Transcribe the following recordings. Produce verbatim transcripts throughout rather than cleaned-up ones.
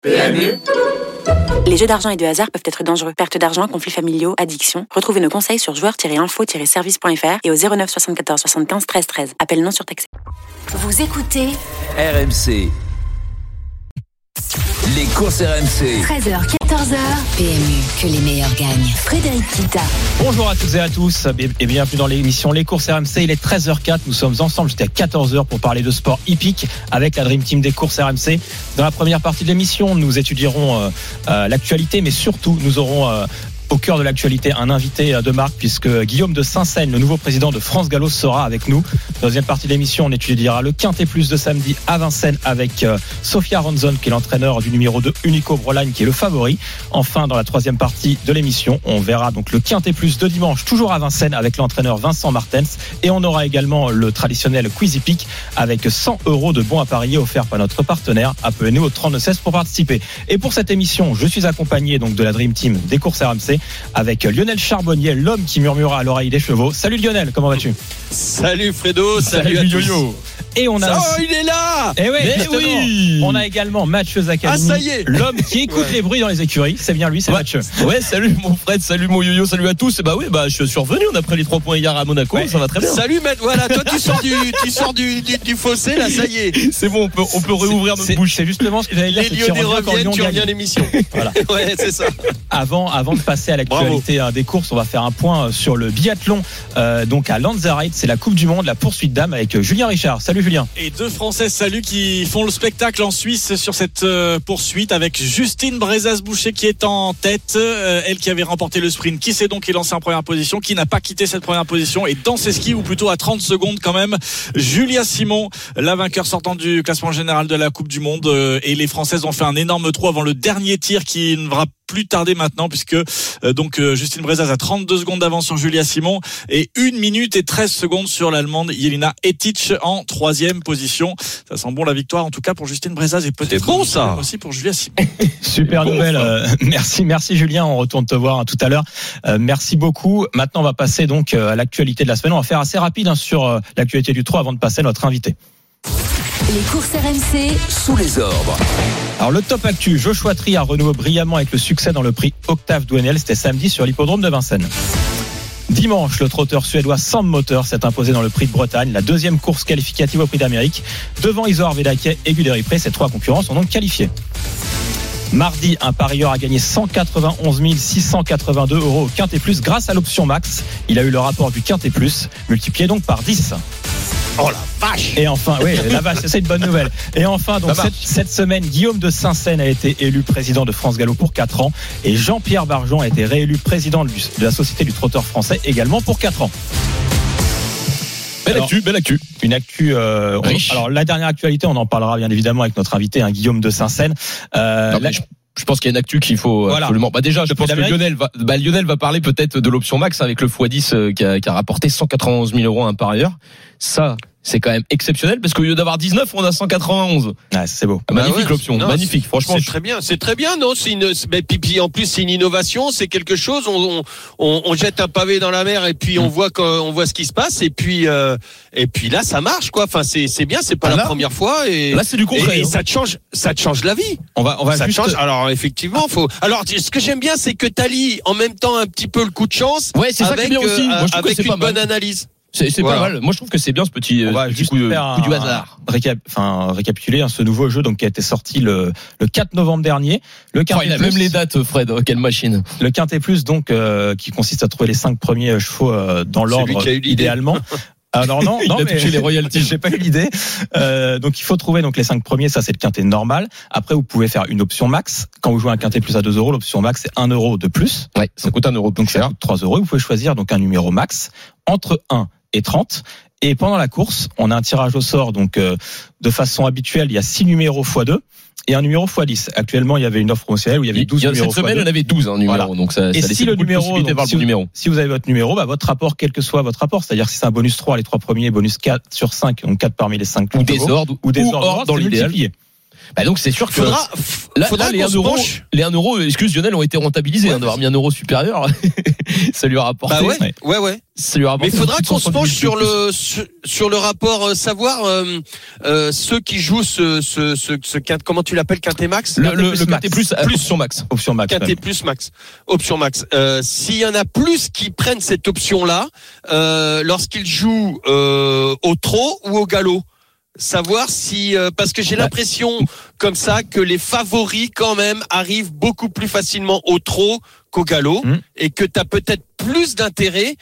P M U. Les jeux d'argent et de hasard peuvent être dangereux. Perte d'argent, conflits familiaux, addiction. Retrouvez nos conseils sur joueurs tiret info tiret service point f r et au zéro neuf soixante-quatorze soixante-quinze treize treize. Appel non surtaxé. Vous écoutez R M C. Les courses R M C. treize heures, quatorze heures. P M U, que les meilleurs gagnent. Frédéric Kita. Bonjour à toutes et à tous et bienvenue dans l'émission Les courses R M C. Il est treize heures zéro quatre. Nous sommes ensemble jusqu'à quatorze heures pour parler de sport hippique avec la Dream Team des courses R M C. Dans la première partie de l'émission, nous étudierons euh, euh, l'actualité, mais surtout nous aurons euh, au cœur de l'actualité un invité de marque puisque Guillaume de Saint-Seine, le nouveau président de France Gallo, sera avec nous. Dans la deuxième partie de l'émission, on étudiera le Quintet Plus de samedi à Vincennes avec euh, Sophia Ronzon qui est l'entraîneur du numéro deux Unico Broline qui est le favori. Enfin, dans la troisième partie de l'émission, on verra donc le Quintet Plus de dimanche toujours à Vincennes avec l'entraîneur Vincent Martens et on aura également le traditionnel Quizy Pick avec cent euros de bons à parier offerts par notre partenaire. Appelez-nous au trente-neuf seize pour participer. Et pour cette émission, je suis accompagné donc de la Dream Team des courses R M C avec Lionel Charbonnier, l'homme qui murmura à l'oreille des chevaux. Salut Lionel, comment vas-tu ? Salut Fredo, salut, salut Yo-Yo. Et on a oh, aussi... il est là. Et ouais, mais oui. On a également Mathieu Zaccalini, ah, ça y est. l'homme qui écoute ouais. les bruits dans les écuries. C'est bien lui, c'est ouais. Mathieu. Ouais, salut mon Fred, salut mon Yo-Yo, salut à tous. Et bah oui, bah je suis revenu. On a pris les trois points hier à Monaco, ouais. ça va très bien. Salut Matt, voilà, toi tu sors du, tu sors du, du, du fossé là, ça y est. C'est bon, on peut, on peut réouvrir notre bouche. C'est justement ce que j'allais dire. Les Lyonnais reviennent, tu reviens l'émission. Voilà. Ouais, c'est ça. Avant, avant de passer à l'actualité Bravo. des courses, on va faire un point sur le biathlon. Euh, donc à Lanzarote, c'est la Coupe du Monde, la poursuite d'âme avec Julien Richard. Salut Julien. Et deux Françaises, salut, qui font le spectacle en Suisse sur cette euh, poursuite avec Justine Brezaz-Boucher qui est en tête. Euh, elle qui avait remporté le sprint, qui s'est donc lancée en première position, qui n'a pas quitté cette première position. Et dans ses skis, ou plutôt à trente secondes quand même, Julia Simon, la vainqueur sortante du classement général de la Coupe du Monde. Euh, et les Françaises ont fait un énorme trou avant le dernier tir qui ne va plus tarder maintenant puisque euh, donc euh, Justine Brezaz a trente-deux secondes d'avance sur Julia Simon et une minute et treize secondes sur l'Allemande Jelena Etich en troisième position. Ça sent bon la victoire en tout cas pour Justine Brezaz et peut-être bon, ça. aussi pour Julia Simon. Super bon, nouvelle. Euh, merci, merci Julien. On retourne te voir hein, tout à l'heure. Euh, merci beaucoup. Maintenant, on va passer donc euh, à l'actualité de la semaine. On va faire assez rapide hein, sur euh, l'actualité du Trot avant de passer à notre invité. Les courses R M C sous les ordres. Alors le top actu, Joshua Tree a renoué brillamment avec le succès dans le prix Octave Douenel. C'était samedi sur l'hippodrome de Vincennes. Dimanche, le trotteur suédois Sam Motor s'est imposé dans le prix de Bretagne, la deuxième course qualificative au prix d'Amérique. Devant Isoar Vedake et Guderi Pré, ces trois concurrents sont donc qualifiés. Mardi, un parieur a gagné cent quatre-vingt-onze mille six cent quatre-vingt-deux euros au Quintet Plus grâce à l'option Max. Il a eu le rapport du Quintet Plus, multiplié donc par dix. Oh la vache! Et enfin, oui, la vache, c'est une bonne nouvelle. Et enfin, donc cette, cette semaine, Guillaume de Saint-Seine a été élu président de France Gallo pour quatre ans et Jean-Pierre Barjon a été réélu président de la Société du trotteur français également pour quatre ans. Belle alors, actu, belle actu. Une actu. Euh, on, alors la dernière actualité, on en parlera bien évidemment avec notre invité, hein, Guillaume de Saint-Seine. Euh, non, la, je... Je pense qu'il y a une actu qu'il faut voilà. absolument. Bah déjà, je pense que Lionel va, bah Lionel va parler peut-être de l'option Max avec le fois dix euh, qui, a, qui a rapporté cent quatre-vingt-onze mille euros à un parieur. Ça, c'est quand même exceptionnel parce qu'au lieu d'avoir dix-neuf, on a cent quatre-vingt-onze. Ah, c'est beau. Ah, magnifique bah ouais, l'option, non, magnifique. Franchement, c'est très bien, c'est très bien. Non, c'est une. Mais puis en plus, c'est une innovation, c'est quelque chose. On, on, on jette un pavé dans la mer et puis on voit on voit ce qui se passe et puis euh, et puis là, ça marche quoi. Enfin, c'est c'est bien, c'est pas ah, là, la première fois et là, c'est du concret. Et, et hein. ça te change, ça te change la vie. On va on va ça juste. Change. Alors effectivement, faut. Alors ce que j'aime bien, c'est que t'allies en même temps un petit peu le coup de chance. Ouais, c'est ça qui est bien aussi. Moi, je avec une bonne analyse. C'est, c'est voilà. pas mal. Moi, je trouve que c'est bien ce petit, on va petit juste coup, de, faire coup du un, hasard. Récap, enfin, récapituler hein, ce nouveau jeu donc qui a été sorti le, le quatre novembre dernier. Le Quintet oh, il a Plus, même les dates, Fred. Quelle machine. Le Quintet Plus, donc, euh, qui consiste à trouver les cinq premiers chevaux euh, dans l'ordre idéalement. Alors non, non, mais les royalties. J'ai pas eu l'idée. Euh, donc il faut trouver donc les cinq premiers. Ça c'est le quintet normal. Après vous pouvez faire une option max. Quand vous jouez un quintet plus à deux euros, l'option max c'est un euro de plus. Ouais, ça coûte un euro. Donc ça coûte trois euros. Vous pouvez choisir donc un numéro max entre un et trente. Et pendant la course, on a un tirage au sort. Donc euh, de façon habituelle, il y a six numéros fois deux. Et un numéro fois dix. Actuellement, il y avait une offre promotionnelle où il y avait douze il y a, numéros. Cette semaine, il y en avait douze, hein, numéros. Voilà. Donc ça, et ça si le numéro, donc, voir si, le vous, numéro. si vous avez votre numéro, bah, votre rapport, quel que soit votre rapport, c'est-à-dire si c'est un bonus trois, les trois premiers, bonus quatre sur cinq, donc quatre parmi les cinq. Ou des ordres, ou des ou ordres, dans l'idéal. Multiplié. Bah donc c'est sûr que faudra, là, faudra là les un euro, les un euro, excuse Lionel, ont été rentabilisés, ouais, hein, d'avoir mis un euro supérieur. Ça lui a rapporté. Bah ouais, ouais, ouais. Ça lui a rapporté. Mais il faudra qu'on se penche sur le sur, sur le rapport euh, savoir euh, euh, ceux qui jouent ce ce ce, ce comment tu l'appelles quinté max. Le, le, le quinté plus, plus option max. Option max. Quinté plus max. Option max. Euh, s'il y en a plus qui prennent cette option là, euh, lorsqu'ils jouent euh, au trot ou au galop. Savoir si euh, parce que j'ai l'impression comme ça que les favoris quand même arrivent beaucoup plus facilement au trot qu'au galop mmh. et que t'as peut-être plus d'intérêt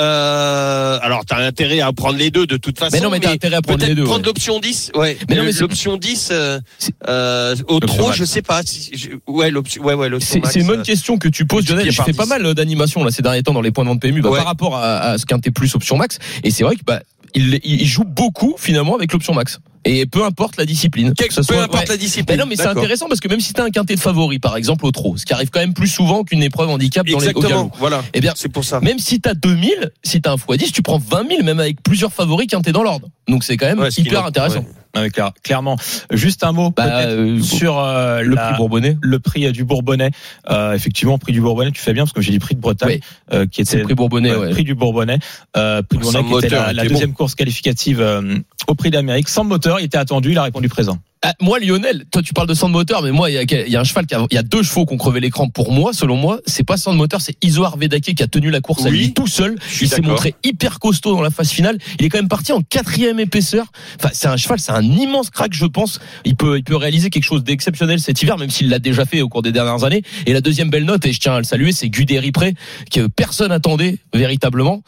euh, alors t'as intérêt à prendre les deux de toute façon mais non mais t'as mais intérêt à prendre les deux prendre ouais. l'option dix ouais mais non, mais l'option dix euh, euh, au trot je sais pas si, je, ouais l'option ouais ouais l'option c'est, max, c'est une bonne question que tu poses Lionel. Je fais pas mal d'animation là ces derniers temps dans les points de vente P M U bah, ouais. par rapport à, à ce quinté plus option max et c'est vrai que bah il, il joue beaucoup finalement avec l'option max. Et peu importe la discipline. Quel, que ce peu soit, importe ouais. la discipline. Mais non, mais D'accord. c'est intéressant parce que même si t'as un quinté de favori, par exemple au trot, ce qui arrive quand même plus souvent qu'une épreuve handicap dans Exactement. les au galop. Voilà. Eh bien, c'est pour ça. Même si t'as deux mille, si t'as un fois dix, tu prends vingt mille, même avec plusieurs favoris quinté dans l'ordre. Donc c'est quand même ouais, hyper intéressant. Ouais. Ouais, clair, clairement. Juste un mot bah, euh, sur euh, le la, prix Bourbonnais. Le prix du Bourbonnais. Euh, effectivement, prix du Bourbonnais, tu fais bien parce que j'ai dit prix de Bretagne, oui. euh, qui était c'est le prix Bourbonnais. Euh, ouais. Prix du Bourbonnais. Euh, prix du Bourbonnais qui était la, la deuxième bon. course qualificative euh, au Prix d'Amérique. Sans moteur, il était attendu, il a répondu présent. Ah, moi, Lionel, toi tu parles de sang de moteur, mais moi il y a, il y a un cheval qui a, il y a deux chevaux qui ont crevé l'écran. Pour moi, selon moi, c'est pas sang de moteur, c'est Isoar Vedake qui a tenu la course oui, à lui tout seul. Il s'est montré hyper costaud dans la phase finale. Il est quand même parti en quatrième épaisseur. Enfin, c'est un cheval, c'est un immense crack, je pense. Il peut, il peut réaliser quelque chose d'exceptionnel cet hiver, même s'il l'a déjà fait au cours des dernières années. Et la deuxième belle note, et je tiens à le saluer, c'est Guderi Pré, que personne attendait véritablement.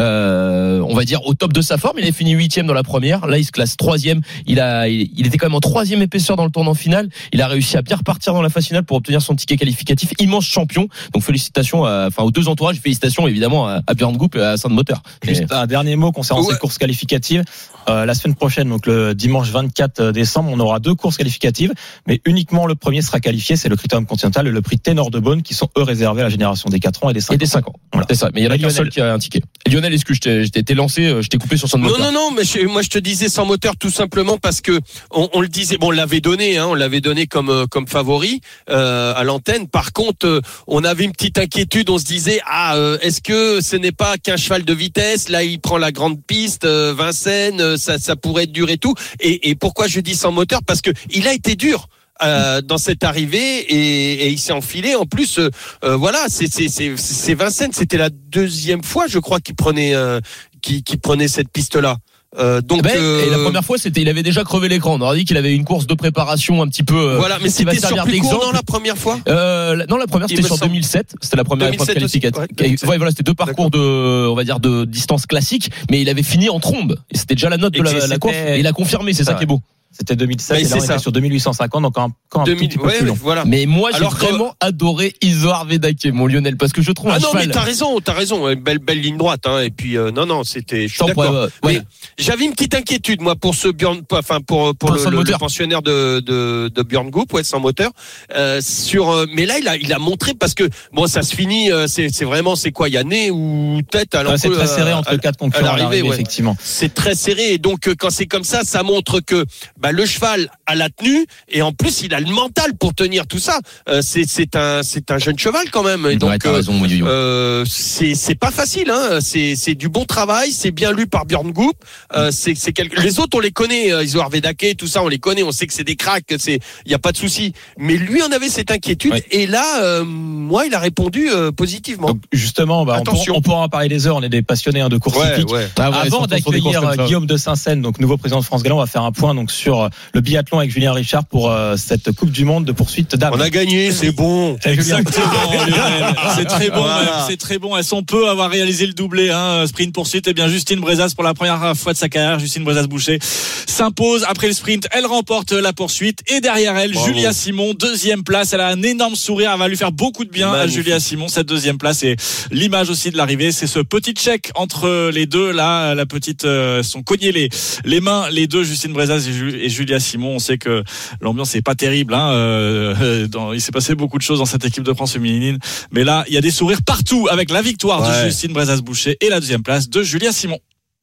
Euh, on va dire au top de sa forme. Il a fini huitième dans la première. Là, il se classe troisième. Il a, il, il était quand même en troisième épaisseur dans le tournant final. Il a réussi à bien repartir dans la phase finale pour obtenir son ticket qualificatif. Immense champion. Donc félicitations à, enfin, aux deux entourages. Félicitations évidemment à, à Björn Goop et à Saint Moteur. Juste et... un dernier mot concernant ouais. cette course qualificative. Euh, la semaine prochaine, donc le dimanche vingt-quatre décembre, on aura deux courses qualificatives, mais uniquement le premier sera qualifié. C'est le Critérium Continental et le prix Ténor de Beaune qui sont eux réservés à la génération des quatre ans et des cinq ans. Et des cinq ans. Voilà. C'est ça. Mais il y en a qu'un seul qui a un ticket. Lionel, est-ce que je t'ai, je t'ai lancé, je t'ai coupé sur Saint Moteur? Non, non, non, mais je, moi je te disais sans moteur tout simplement parce que on, on le disait, bon, on l'avait donné, hein, on l'avait donné comme comme favori euh, à l'antenne. Par contre, euh, on avait une petite inquiétude. On se disait, ah, euh, est-ce que ce n'est pas qu'un cheval de vitesse? Là, il prend la grande piste, euh, Vincennes, euh, ça, ça pourrait être dur et tout. Et, et pourquoi je dis sans moteur? Parce que il a été dur. Euh, dans cette arrivée et, et il s'est enfilé en plus euh, euh, voilà c'est c'est c'est c'est Vincennes, c'était la deuxième fois je crois qu'il prenait euh, qui qui prenait cette piste là. Euh, donc ben, euh... et la première fois c'était il avait déjà crevé l'écran. On aurait dit qu'il avait une course de préparation un petit peu euh, voilà mais c'était sur plus court dans la première fois euh, non la première c'était sur semble... deux mille sept, c'était la première épreuve qualificative ouais, ouais, voilà c'était deux parcours D'accord. de on va dire de distance classique mais il avait fini en trombe et c'était déjà la note et de la, la course et il a confirmé c'est ça, ça qui est beau. C'était deux mille sept, mais et là on était sur deux mille huit cent cinquante, donc encore un, deux mille, tout petit peu ouais, plus long. Voilà. Mais moi, j'ai Alors vraiment que... adoré Isoar Vedake, mon Lionel, parce que je trouve ah un non, cheval... mais t'as raison, t'as raison, belle, belle ligne droite, hein, et puis, euh, non, non, c'était, je suis d'accord. Pour, euh, ouais. Mais j'avais une petite inquiétude, moi, pour ce Björn, enfin, pour, pour, pour le, le, le pensionnaire de, de, de Björn Goop, ouais, sans moteur, euh, sur, euh, mais là, il a, il a montré, parce que, bon, ça se finit, euh, c'est, c'est vraiment, c'est quoi, il y a nez ou tête à l'entrée. C'est très serré entre quatre concurrents à l'arrivée, ouais. Effectivement. C'est très serré, et donc, quand c'est comme ça, ça montre que, bah, le cheval a la tenue, et en plus il a le mental pour tenir tout ça. Euh, c'est c'est un c'est un jeune cheval quand même. Et donc ouais, t'as raison, euh, euh, c'est c'est pas facile. Hein. C'est c'est du bon travail. C'est bien lu par Björn Goop. Euh, c'est c'est quelque... Les autres on les connaît. Isoar Vedake, tout ça on les connaît. On sait que c'est des cracks. C'est il y a pas de souci. Mais lui en avait cette inquiétude. Ouais. Et là, euh, moi il a répondu euh, positivement. Donc, justement, bah, on, pour, on pourra en parler des heures. On est des passionnés hein, de course ouais, hippique. Ouais. Ah ouais, avant d'accueillir Guillaume de Saint-Seine, donc nouveau président de France Galland, on va faire un point donc sur le biathlon avec Julien Richard pour euh, cette Coupe du Monde de poursuite dames. On a gagné, c'est bon. Exactement, Lionel. C'est très bon, voilà. C'est très bon. Elles sont peu à avoir réalisé le doublé, hein. Sprint poursuite. Eh bien, Justine Brezas, pour la première fois de sa carrière, Justine Brezas-Boucher s'impose après le sprint. Elle remporte la poursuite. Et derrière elle, Bravo. Julia Simon, deuxième place. Elle a un énorme sourire. Elle va lui faire beaucoup de bien Magnifique. À Julia Simon, cette deuxième place. Et l'image aussi de l'arrivée, c'est ce petit check entre les deux. Là, la petite, euh, sont cognés les, les mains, les deux, Justine Brezas et, Ju- et Julia Simon. On sait que l'ambiance n'est pas terrible, hein. Euh, dans, il s'est passé beaucoup de choses dans cette équipe de France féminine, mais là il y a des sourires partout avec la victoire ouais. de Justine Brezas-Boucher et la deuxième place de Julia Simon.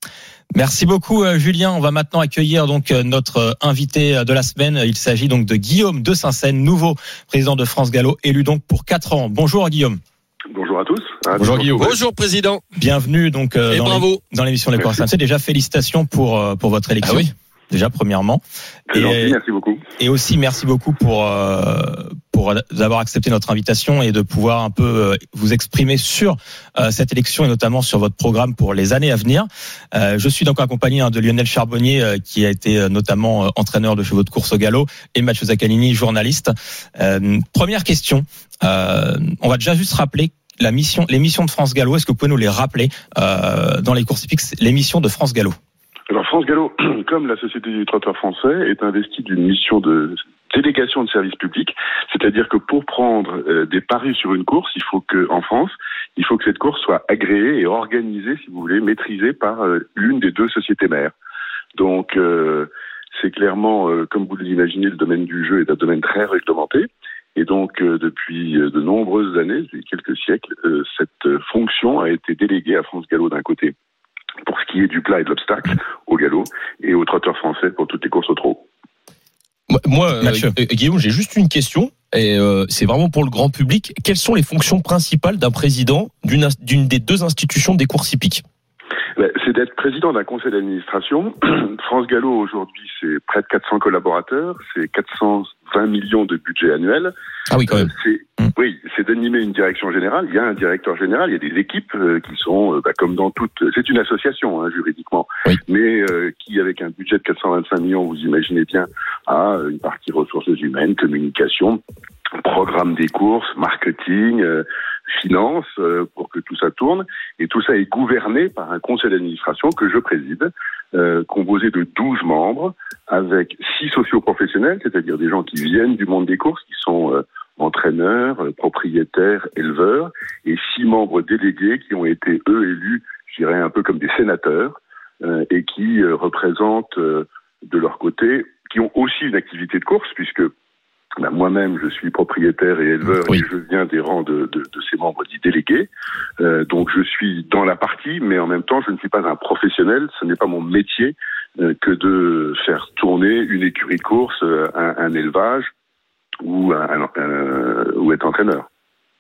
Merci beaucoup Julien. On va maintenant accueillir donc notre invité de la semaine. Il s'agit donc de Guillaume de Saint-Seine, nouveau président de France Gallo, élu donc pour quatre ans. Bonjour Guillaume. Bonjour à tous. Ah, bonjour Guillaume. Bonjour président. Bienvenue donc Et dans, bravo. les, dans l'émission Les Courses R M C. Déjà félicitations pour pour votre élection. Ah oui. Déjà premièrement. Et, gentil, merci beaucoup. Et aussi merci beaucoup pour euh, pour d'avoir accepté notre invitation et de pouvoir un peu euh, vous exprimer sur euh, cette élection et notamment sur votre programme pour les années à venir. Euh, je suis donc accompagné hein, de Lionel Charbonnier euh, qui a été euh, notamment euh, entraîneur de chevaux de course au galop et Mathieu Zaccanini, journaliste. Euh, première question, euh, on va déjà juste rappeler la mission, les missions de France Gallo. Est-ce que vous pouvez nous les rappeler euh, dans les courses hippiques, les missions de France Gallo? Alors France Gallo, comme la Société du Trotteur français, est investie d'une mission de délégation de service public, c'est-à-dire que pour prendre euh, des paris sur une course, il faut que, en France, il faut que cette course soit agréée et organisée, si vous voulez, maîtrisée par euh, l'une des deux sociétés mères. Donc, euh, c'est clairement, euh, comme vous l'imaginez, le domaine du jeu est un domaine très réglementé. Et donc, euh, depuis de nombreuses années, depuis quelques siècles, euh, cette fonction a été déléguée à France Gallo d'un côté, pour ce qui est du plat et de l'obstacle au galop, et au trotteur français pour toutes les courses au trot. Moi, euh, Guillaume, j'ai juste une question, et euh, c'est vraiment pour le grand public. Quelles sont les fonctions principales d'un président d'une, d'une des deux institutions des courses hippiques? C'est d'être président d'un conseil d'administration. France Gallo, aujourd'hui, c'est près de quatre cents collaborateurs, c'est quatre cent vingt millions de budget annuel. Ah oui, quand même. Euh, c'est, oui, c'est d'animer une direction générale. Il y a un directeur général, il y a des équipes euh, qui sont, euh, bah, comme dans toute... C'est une association, hein, juridiquement, oui. mais euh, qui, avec un budget de quatre cent vingt-cinq millions, vous imaginez bien, a une partie ressources humaines, communication, programme des courses, marketing, euh, finance, euh, pour que tout ça tourne. Et tout ça est gouverné par un conseil d'administration que je préside, euh, composé de douze membres, avec six socioprofessionnels, c'est-à-dire des gens qui viennent du monde des courses, qui sont euh, entraîneurs, euh, propriétaires, éleveurs, et six membres délégués qui ont été, eux, élus, je dirais, un peu comme des sénateurs, euh, et qui euh, représentent, euh, de leur côté, qui ont aussi une activité de course, puisque Ben, moi-même, je suis propriétaire et éleveur, oui. et je viens des rangs de, de, de ces membres dits délégués. Euh, donc, je suis dans la partie, mais en même temps, je ne suis pas un professionnel. Ce n'est pas mon métier euh, que de faire tourner une écurie de course, euh, un, un élevage ou, un, un, un, ou être entraîneur.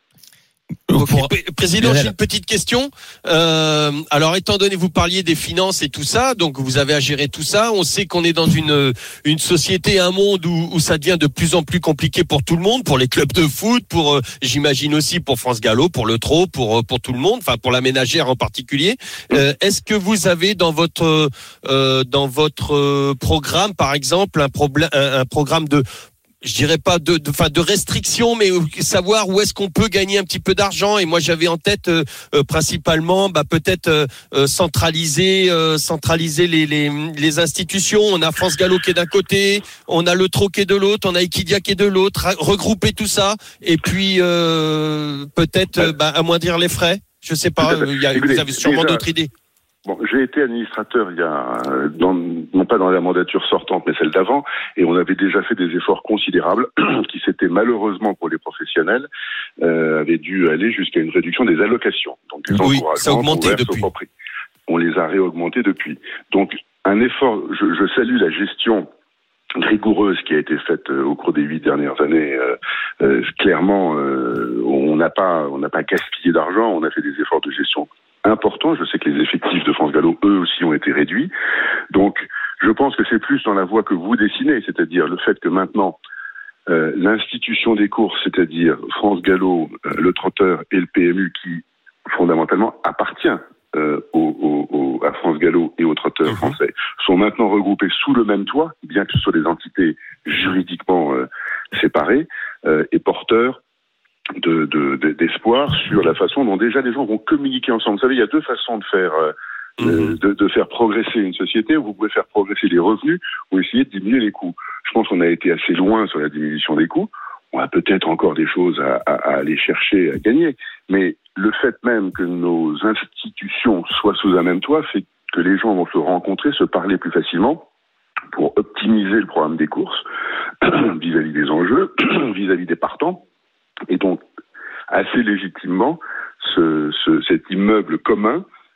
Okay. Président, j'ai une petite question. Euh, alors, étant donné vous parliez des finances et tout ça, donc vous avez à gérer tout ça. On sait qu'on est dans une une société, un monde où, où ça devient de plus en plus compliqué pour tout le monde, pour les clubs de foot, pour euh, j'imagine aussi pour France Gallo, pour le trot, pour pour tout le monde, enfin pour la ménagère en particulier. Euh, est-ce que vous avez dans votre euh, dans votre programme, par exemple, un problème, un, un programme de je dirais pas de, de, enfin de restrictions, mais savoir où est-ce qu'on peut gagner un petit peu d'argent. Et moi, j'avais en tête euh, euh, principalement, bah peut-être euh, centraliser, euh, centraliser les, les les institutions. On a France Gallo qui est d'un côté, on a le Trot qui est de l'autre, on a Equidia qui est de l'autre. Regrouper tout ça, et puis euh, peut-être euh, bah, amoindrir les frais. Je sais pas. Il y a, vous avez sûrement déjà d'autres idées. Bon, j'ai été administrateur il y a, dans, non pas dans la mandature sortante, mais celle d'avant, et on avait déjà fait des efforts considérables qui s'étaient malheureusement pour les professionnels euh, avaient dû aller jusqu'à une réduction des allocations. Donc des oui, ça a augmenté depuis. On les a réaugmentés depuis. Donc un effort. Je, je salue la gestion rigoureuse qui a été faite euh, au cours des huit dernières années. Euh, euh, clairement, euh, on n'a pas, on n'a pas gaspillé d'argent. On a fait des efforts de gestion important. Je sais que les effectifs de France Gallo, eux aussi, ont été réduits. Donc, je pense que c'est plus dans la voie que vous dessinez, c'est-à-dire le fait que maintenant, euh, l'institution des courses, c'est-à-dire France Gallo, euh, le trotteur et le P M U, qui fondamentalement appartient euh, au, au, au, à France Gallo et aux trotteurs français, sont maintenant regroupés sous le même toit, bien que ce soit des entités juridiquement euh, séparées, euh, et porteurs De, de, de, d'espoir sur la façon dont déjà les gens vont communiquer ensemble. Vous savez, il y a deux façons de faire, euh, mmh. de, de faire progresser une société. Vous pouvez faire progresser les revenus ou essayer de diminuer les coûts. Je pense qu'on a été assez loin sur la diminution des coûts. On a peut-être encore des choses à, à, à aller chercher, à gagner. Mais le fait même que nos institutions soient sous un même toit fait que les gens vont se rencontrer, se parler plus facilement pour optimiser le programme des courses vis-à-vis des enjeux, vis-à-vis des partants. Et donc, assez légitimement, ce, ce, cet immeuble commun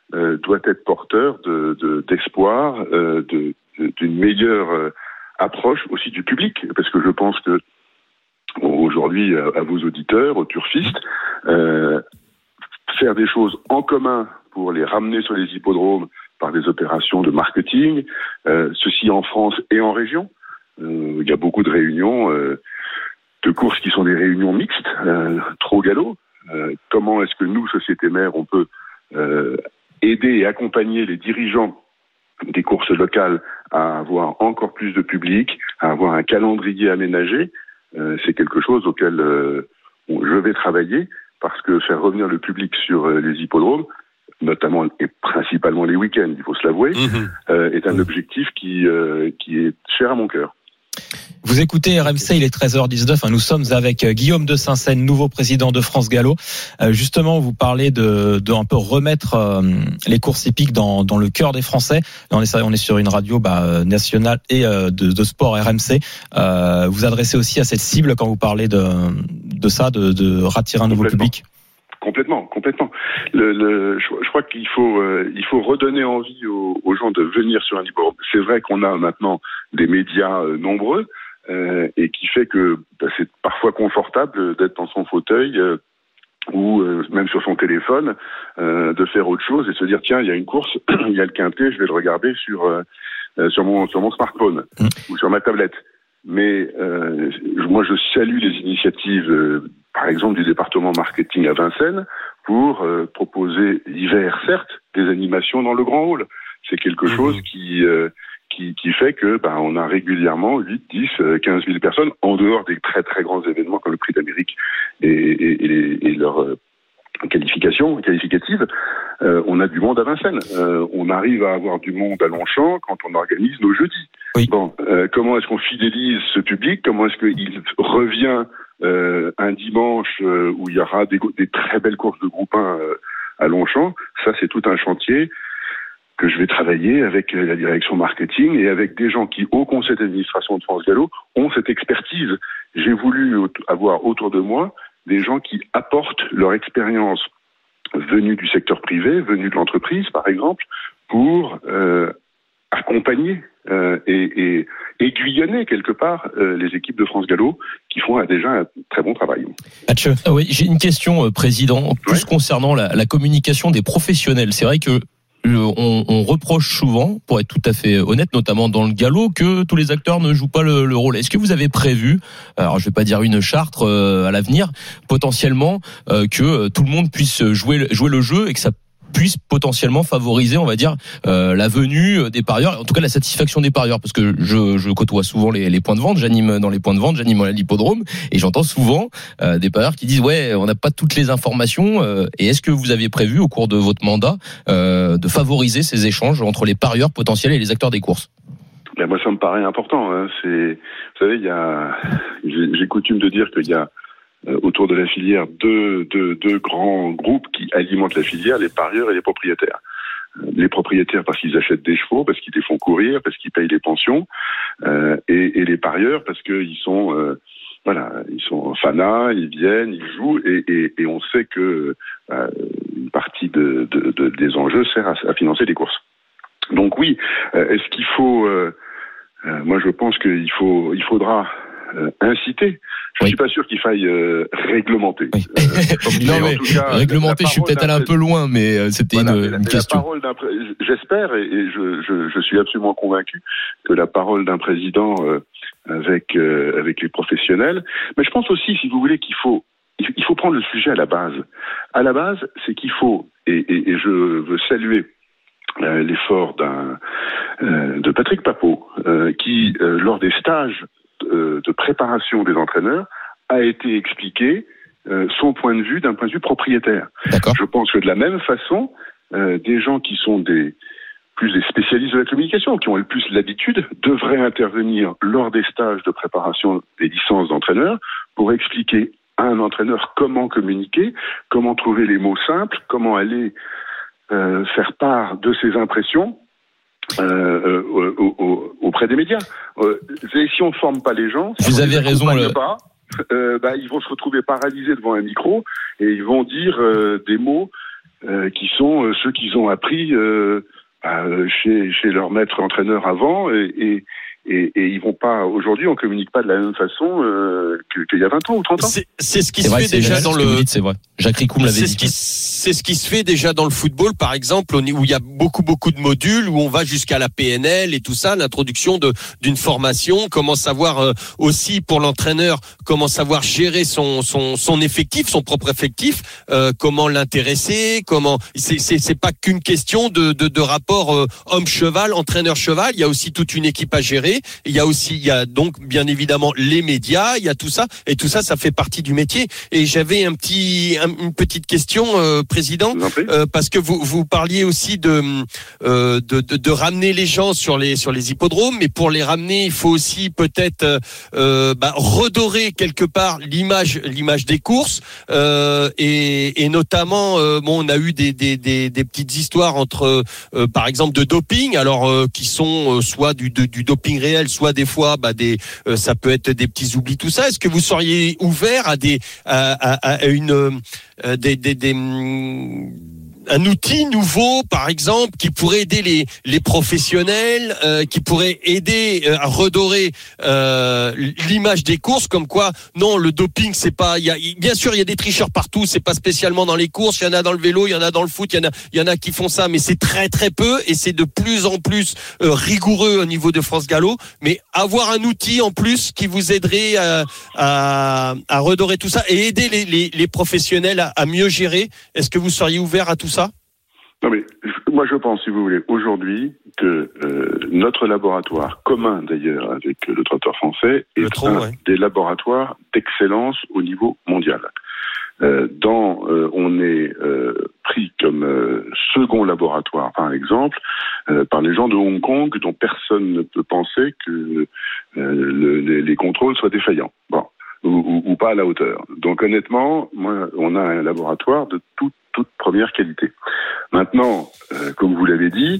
euh, doit être porteur de, de, d'espoir, euh, de, de, d'une meilleure euh, approche aussi du public, parce que je pense que aujourd'hui, à, à vos auditeurs, aux turfistes, euh, faire des choses en commun pour les ramener sur les hippodromes par des opérations de marketing, euh, ceci en France et en région. Euh, il y a beaucoup de réunions, euh, de courses qui sont des réunions mixtes, euh, trop galop. Euh, comment est-ce que nous, société mère, on peut euh, aider et accompagner les dirigeants des courses locales à avoir encore plus de public, à avoir un calendrier aménagé. Euh, c'est quelque chose auquel euh, je vais travailler, parce que faire revenir le public sur euh, les hippodromes, notamment et principalement les week-ends, il faut se l'avouer, mmh. euh, est un objectif qui, euh, qui est cher à mon cœur. Vous écoutez R M C, il est treize heures dix-neuf. Nous sommes avec Guillaume de Saint-Seine, nouveau président de France Gallo. Euh, justement, vous parlez de, de un peu remettre euh, les courses hippiques dans, dans le cœur des Français. On est, on est sur une radio bah, nationale et euh, de, de sport R M C. Euh, vous adressez aussi à cette cible quand vous parlez de, de ça, de, de rattirer un nouveau public. Complètement, complètement. Le, le, je, je crois qu'il faut, euh, il faut redonner envie aux, aux gens de venir sur un hippodrome. C'est vrai qu'on a maintenant des médias euh, nombreux euh, et qui fait que bah, c'est parfois confortable d'être dans son fauteuil euh, ou euh, même sur son téléphone, euh, de faire autre chose et se dire tiens, il y a une course, il y a le quintet, je vais le regarder sur euh, sur mon sur mon smartphone mmh. ou sur ma tablette. Mais euh, moi, je salue les initiatives, euh, par exemple, du département marketing à Vincennes, pour euh, proposer l'hiver, certes, des animations dans le grand hall. C'est quelque mmh. chose qui, euh, qui qui fait que ben, on a régulièrement huit, dix, quinze mille personnes, en dehors des très très grands événements comme le Prix d'Amérique et, et, et, les, et leur euh, qualification, qualificative. Euh, on a du monde à Vincennes. Euh, on arrive à avoir du monde à Longchamp quand on organise nos jeudis. Oui. Bon, euh, comment est-ce qu'on fidélise ce public ? Comment est-ce qu'il revient euh, un dimanche euh, où il y aura des, des très belles courses de groupe un euh, à Longchamp ? Ça, c'est tout un chantier que je vais travailler avec la direction marketing et avec des gens qui, au conseil d'administration de France Gallo, ont cette expertise. J'ai voulu avoir autour de moi des gens qui apportent leur expérience venue du secteur privé, venue de l'entreprise, par exemple, pour euh, accompagner euh, et, et aiguillonner quelque part euh, les équipes de France Gallo qui font euh, déjà un très bon travail. Mathieu. Ah oui, j'ai une question, euh, Président, plus ouais. concernant la, la communication des professionnels. C'est vrai que On, on reproche souvent, pour être tout à fait honnête, notamment dans le galop, que tous les acteurs ne jouent pas le, le rôle. Est-ce que vous avez prévu, alors je vais pas dire une charte euh, à l'avenir, potentiellement euh, que tout le monde puisse jouer jouer le jeu et que ça puisse potentiellement favoriser, on va dire, euh, la venue des parieurs, en tout cas la satisfaction des parieurs, parce que je, je côtoie souvent les, les points de vente, j'anime dans les points de vente, j'anime à l'hippodrome, et j'entends souvent euh, des parieurs qui disent ouais, on n'a pas toutes les informations. Euh, et est-ce que vous aviez prévu au cours de votre mandat euh, de favoriser ces échanges entre les parieurs potentiels et les acteurs des courses? Ben moi, ça me paraît important. Hein. C'est, vous savez, il y a, j'ai, j'ai coutume de dire qu'il y a autour de la filière deux, deux, deux grands groupes qui alimentent la filière, les parieurs et les propriétaires. Les propriétaires parce qu'ils achètent des chevaux, parce qu'ils les font courir, parce qu'ils payent les pensions, euh, et, et les parieurs parce qu'ils sont, euh, voilà, ils sont fanas, ils viennent, ils jouent, et, et, et on sait que euh, une partie de, de, de, des enjeux sert à, à financer les courses. Donc oui, euh, est-ce qu'il faut, euh, euh, moi je pense qu'il faut, il faudra euh, inciter. Je oui. suis pas sûr qu'il faille euh, réglementer. Oui. Euh, non, mais, mais cas, réglementer, je suis peut-être allé un peu loin, mais euh, c'était voilà, une, mais la, une question. La parole d'un pré... J'espère et, et je, je, je suis absolument convaincu que la parole d'un président euh, avec euh, avec les professionnels. Mais je pense aussi, si vous voulez, qu'il faut il faut prendre le sujet à la base. À la base, c'est qu'il faut et, et, et je veux saluer euh, l'effort d'un euh, de Patrick Papot euh, qui euh, lors des stages de préparation des entraîneurs a été expliqué euh, son point de vue d'un point de vue propriétaire. D'accord. Je pense que de la même façon, euh, des gens qui sont des plus des spécialistes de la communication, qui ont le plus l'habitude, devraient intervenir lors des stages de préparation des licences d'entraîneurs pour expliquer à un entraîneur comment communiquer, comment trouver les mots simples, comment aller euh, faire part de ses impressions Euh, euh, au, au, auprès des médias. Euh, si on ne forme pas les gens, si vous on avez raison. Le... Pas, euh, bah, ils vont se retrouver paralysés devant un micro et ils vont dire euh, des mots euh, qui sont euh, ceux qu'ils ont appris euh, euh, chez, chez leur maître entraîneur avant, et, et Et, et ils vont pas, aujourd'hui, on communique pas de la même façon euh, qu'il y a vingt ans ou trente ans. C'est, c'est ce qui c'est se vrai, fait déjà dans le. Dites, c'est vrai. Jacques Ricoum l'avait c'est dit. Ce qui, c'est ce qui se fait déjà dans le football, par exemple, où il y a beaucoup, beaucoup de modules, où on va jusqu'à la P N L et tout ça, l'introduction de, d'une formation, comment savoir euh, aussi pour l'entraîneur, comment savoir gérer son, son, son effectif, son propre effectif, euh, comment l'intéresser, comment, c'est, c'est, c'est pas qu'une question de, de, de rapport euh, homme-cheval, entraîneur-cheval, il y a aussi toute une équipe à gérer. Il y a aussi, il y a donc bien évidemment les médias, il y a tout ça, et tout ça, ça fait partie du métier. Et j'avais un petit, un, une petite question, euh, président, euh, parce que vous vous parliez aussi de, euh, de, de de ramener les gens sur les sur les hippodromes, mais pour les ramener, il faut aussi peut-être euh, bah, redorer quelque part l'image l'image des courses, euh, et, et notamment, euh, bon, on a eu des des des, des petites histoires entre, euh, par exemple, de doping, alors euh, qui sont euh, soit du de, du doping réel, soit des fois bah des euh, ça peut être des petits oublis, tout ça. Est-ce que vous seriez ouvert à des à, à, à une euh, des des, des un outil nouveau, par exemple, qui pourrait aider les les professionnels, euh, qui pourrait aider euh, à redorer euh, l'image des courses, comme quoi non, le doping, c'est pas, il y a bien sûr il y a des tricheurs partout, c'est pas spécialement dans les courses, il y en a dans le vélo, il y en a dans le foot, il y en a il y en a qui font ça, mais c'est très très peu, et c'est de plus en plus euh, rigoureux au niveau de France Gallo. Mais avoir un outil en plus qui vous aiderait à à, à redorer tout ça et aider les les, les professionnels à, à mieux gérer, est-ce que vous seriez ouvert à tout ça? Non mais moi je pense, si vous voulez, aujourd'hui que euh, notre laboratoire commun d'ailleurs avec le trottoir français est trop, un ouais. des laboratoires d'excellence au niveau mondial. Euh, dans, euh, on est euh, pris comme euh, second laboratoire, par exemple, euh, par les gens de Hong Kong, dont personne ne peut penser que euh, le, les, les contrôles soient défaillants. Bon. Ou, ou, ou pas à la hauteur. Donc honnêtement, moi, on a un laboratoire de toute, toute première qualité. Maintenant, euh, comme vous l'avez dit,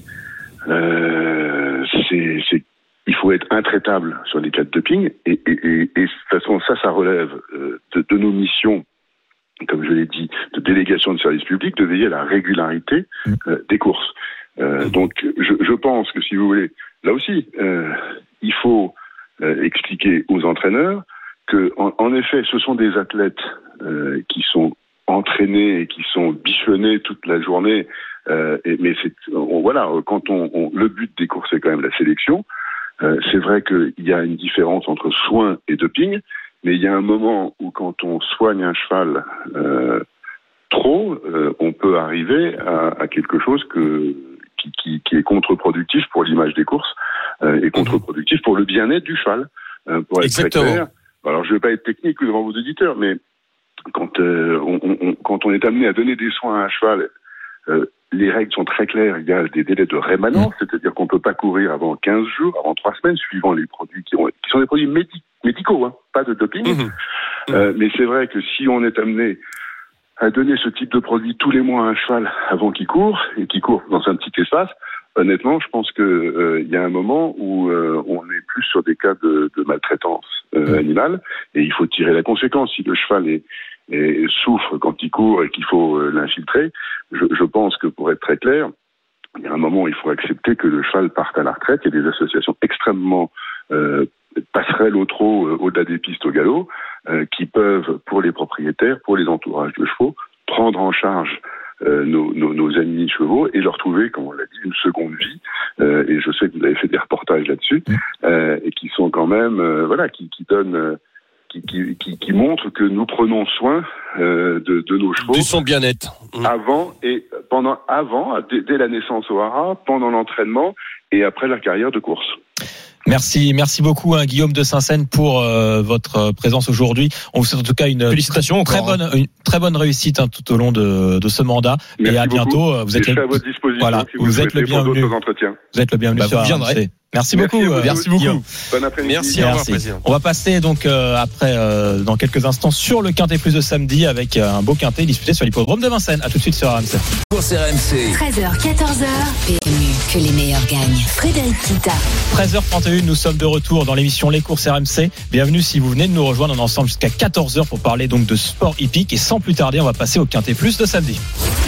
euh, c'est, c'est, il faut être intraitable sur les cas de doping, et, et, et, et de toute façon, ça, ça relève euh, de, de nos missions, comme je l'ai dit, de délégation de service public, de veiller à la régularité euh, des courses. Euh, donc, je, je pense que si vous voulez, là aussi, euh, il faut euh, expliquer aux entraîneurs que, en, en effet, ce sont des athlètes euh, qui sont entraînés et qui sont bichonnés toute la journée. Euh, et, mais c'est, on, voilà, quand on, on, le but des courses, c'est quand même la sélection. Euh, c'est vrai qu'il y a une différence entre soin et doping, mais il y a un moment où, quand on soigne un cheval euh, trop, euh, on peut arriver à, à quelque chose que, qui, qui, qui est contre-productif pour l'image des courses euh, et contre-productif pour le bien-être du cheval. Euh, pour être Exactement. très clair. Alors, je ne vais pas être technique devant vos auditeurs, mais quand, euh, on, on, quand on est amené à donner des soins à un cheval, euh, les règles sont très claires. Il y a des délais de rémanence, mmh. c'est-à-dire qu'on ne peut pas courir avant quinze jours, avant trois semaines, suivant les produits qui, ont, qui sont des produits médi- médicaux, hein, pas de doping. Mmh. Euh, mais c'est vrai que si on est amené à donner ce type de produit tous les mois à un cheval avant qu'il court, et qu'il court dans un petit espace, honnêtement, je pense que euh, il y a un moment où euh, on est plus sur des cas de, de maltraitance euh, mmh. animale, et il faut tirer la conséquence. Si le cheval est, est, souffre quand il court et qu'il faut euh, l'infiltrer, je, je pense que, pour être très clair, il y a un moment où il faut accepter que le cheval parte à la retraite. Il y a des associations extrêmement euh, passerelles au trot, euh, au-delà des pistes au galop, euh, qui peuvent, pour les propriétaires, pour les entourages de chevaux, prendre en charge Euh, nos, nos, nos amis chevaux et leur trouver, comme on l'a dit, une seconde vie. Euh, et je sais que vous avez fait des reportages là-dessus, euh, et qui sont quand même, euh, voilà, qui, qui donnent, euh, qui, qui, qui, qui montrent que nous prenons soin euh, de, de nos chevaux. De son bien-être. Avant et pendant, avant, dès, dès la naissance au haras, pendant l'entraînement et après la carrière de course. Merci, merci beaucoup, hein, Guillaume de Saint-Seine, pour euh, votre présence aujourd'hui. On vous souhaite en tout cas une félicitations très encore, bonne, hein. une très bonne réussite, hein, tout au long de, de ce mandat. Merci et à beaucoup. bientôt. Vous êtes je le, suis à votre disposition. voilà, si vous, vous êtes le bienvenu. Vous êtes le bienvenu. Bah, sur vous viendrez. R M C. Merci, Merci beaucoup. à vous. Merci beaucoup. Guillaume. Bon après-midi. Merci, au revoir, président. On va passer donc euh, après euh, dans quelques instants sur le Quintet Plus de samedi avec euh, un beau Quintet disputé sur l'hippodrome de Vincennes. À tout de suite sur R M C. Course R M C. treize heures, quatorze heures. P M U, que les meilleurs gagnent. Frédéric Kita. treize heures trente et une, nous sommes de retour dans l'émission Les Courses R M C. Bienvenue si vous venez de nous rejoindre. On est ensemble jusqu'à quatorze heures pour parler donc de sport hippique. Et sans plus tarder, on va passer au Quintet Plus de samedi.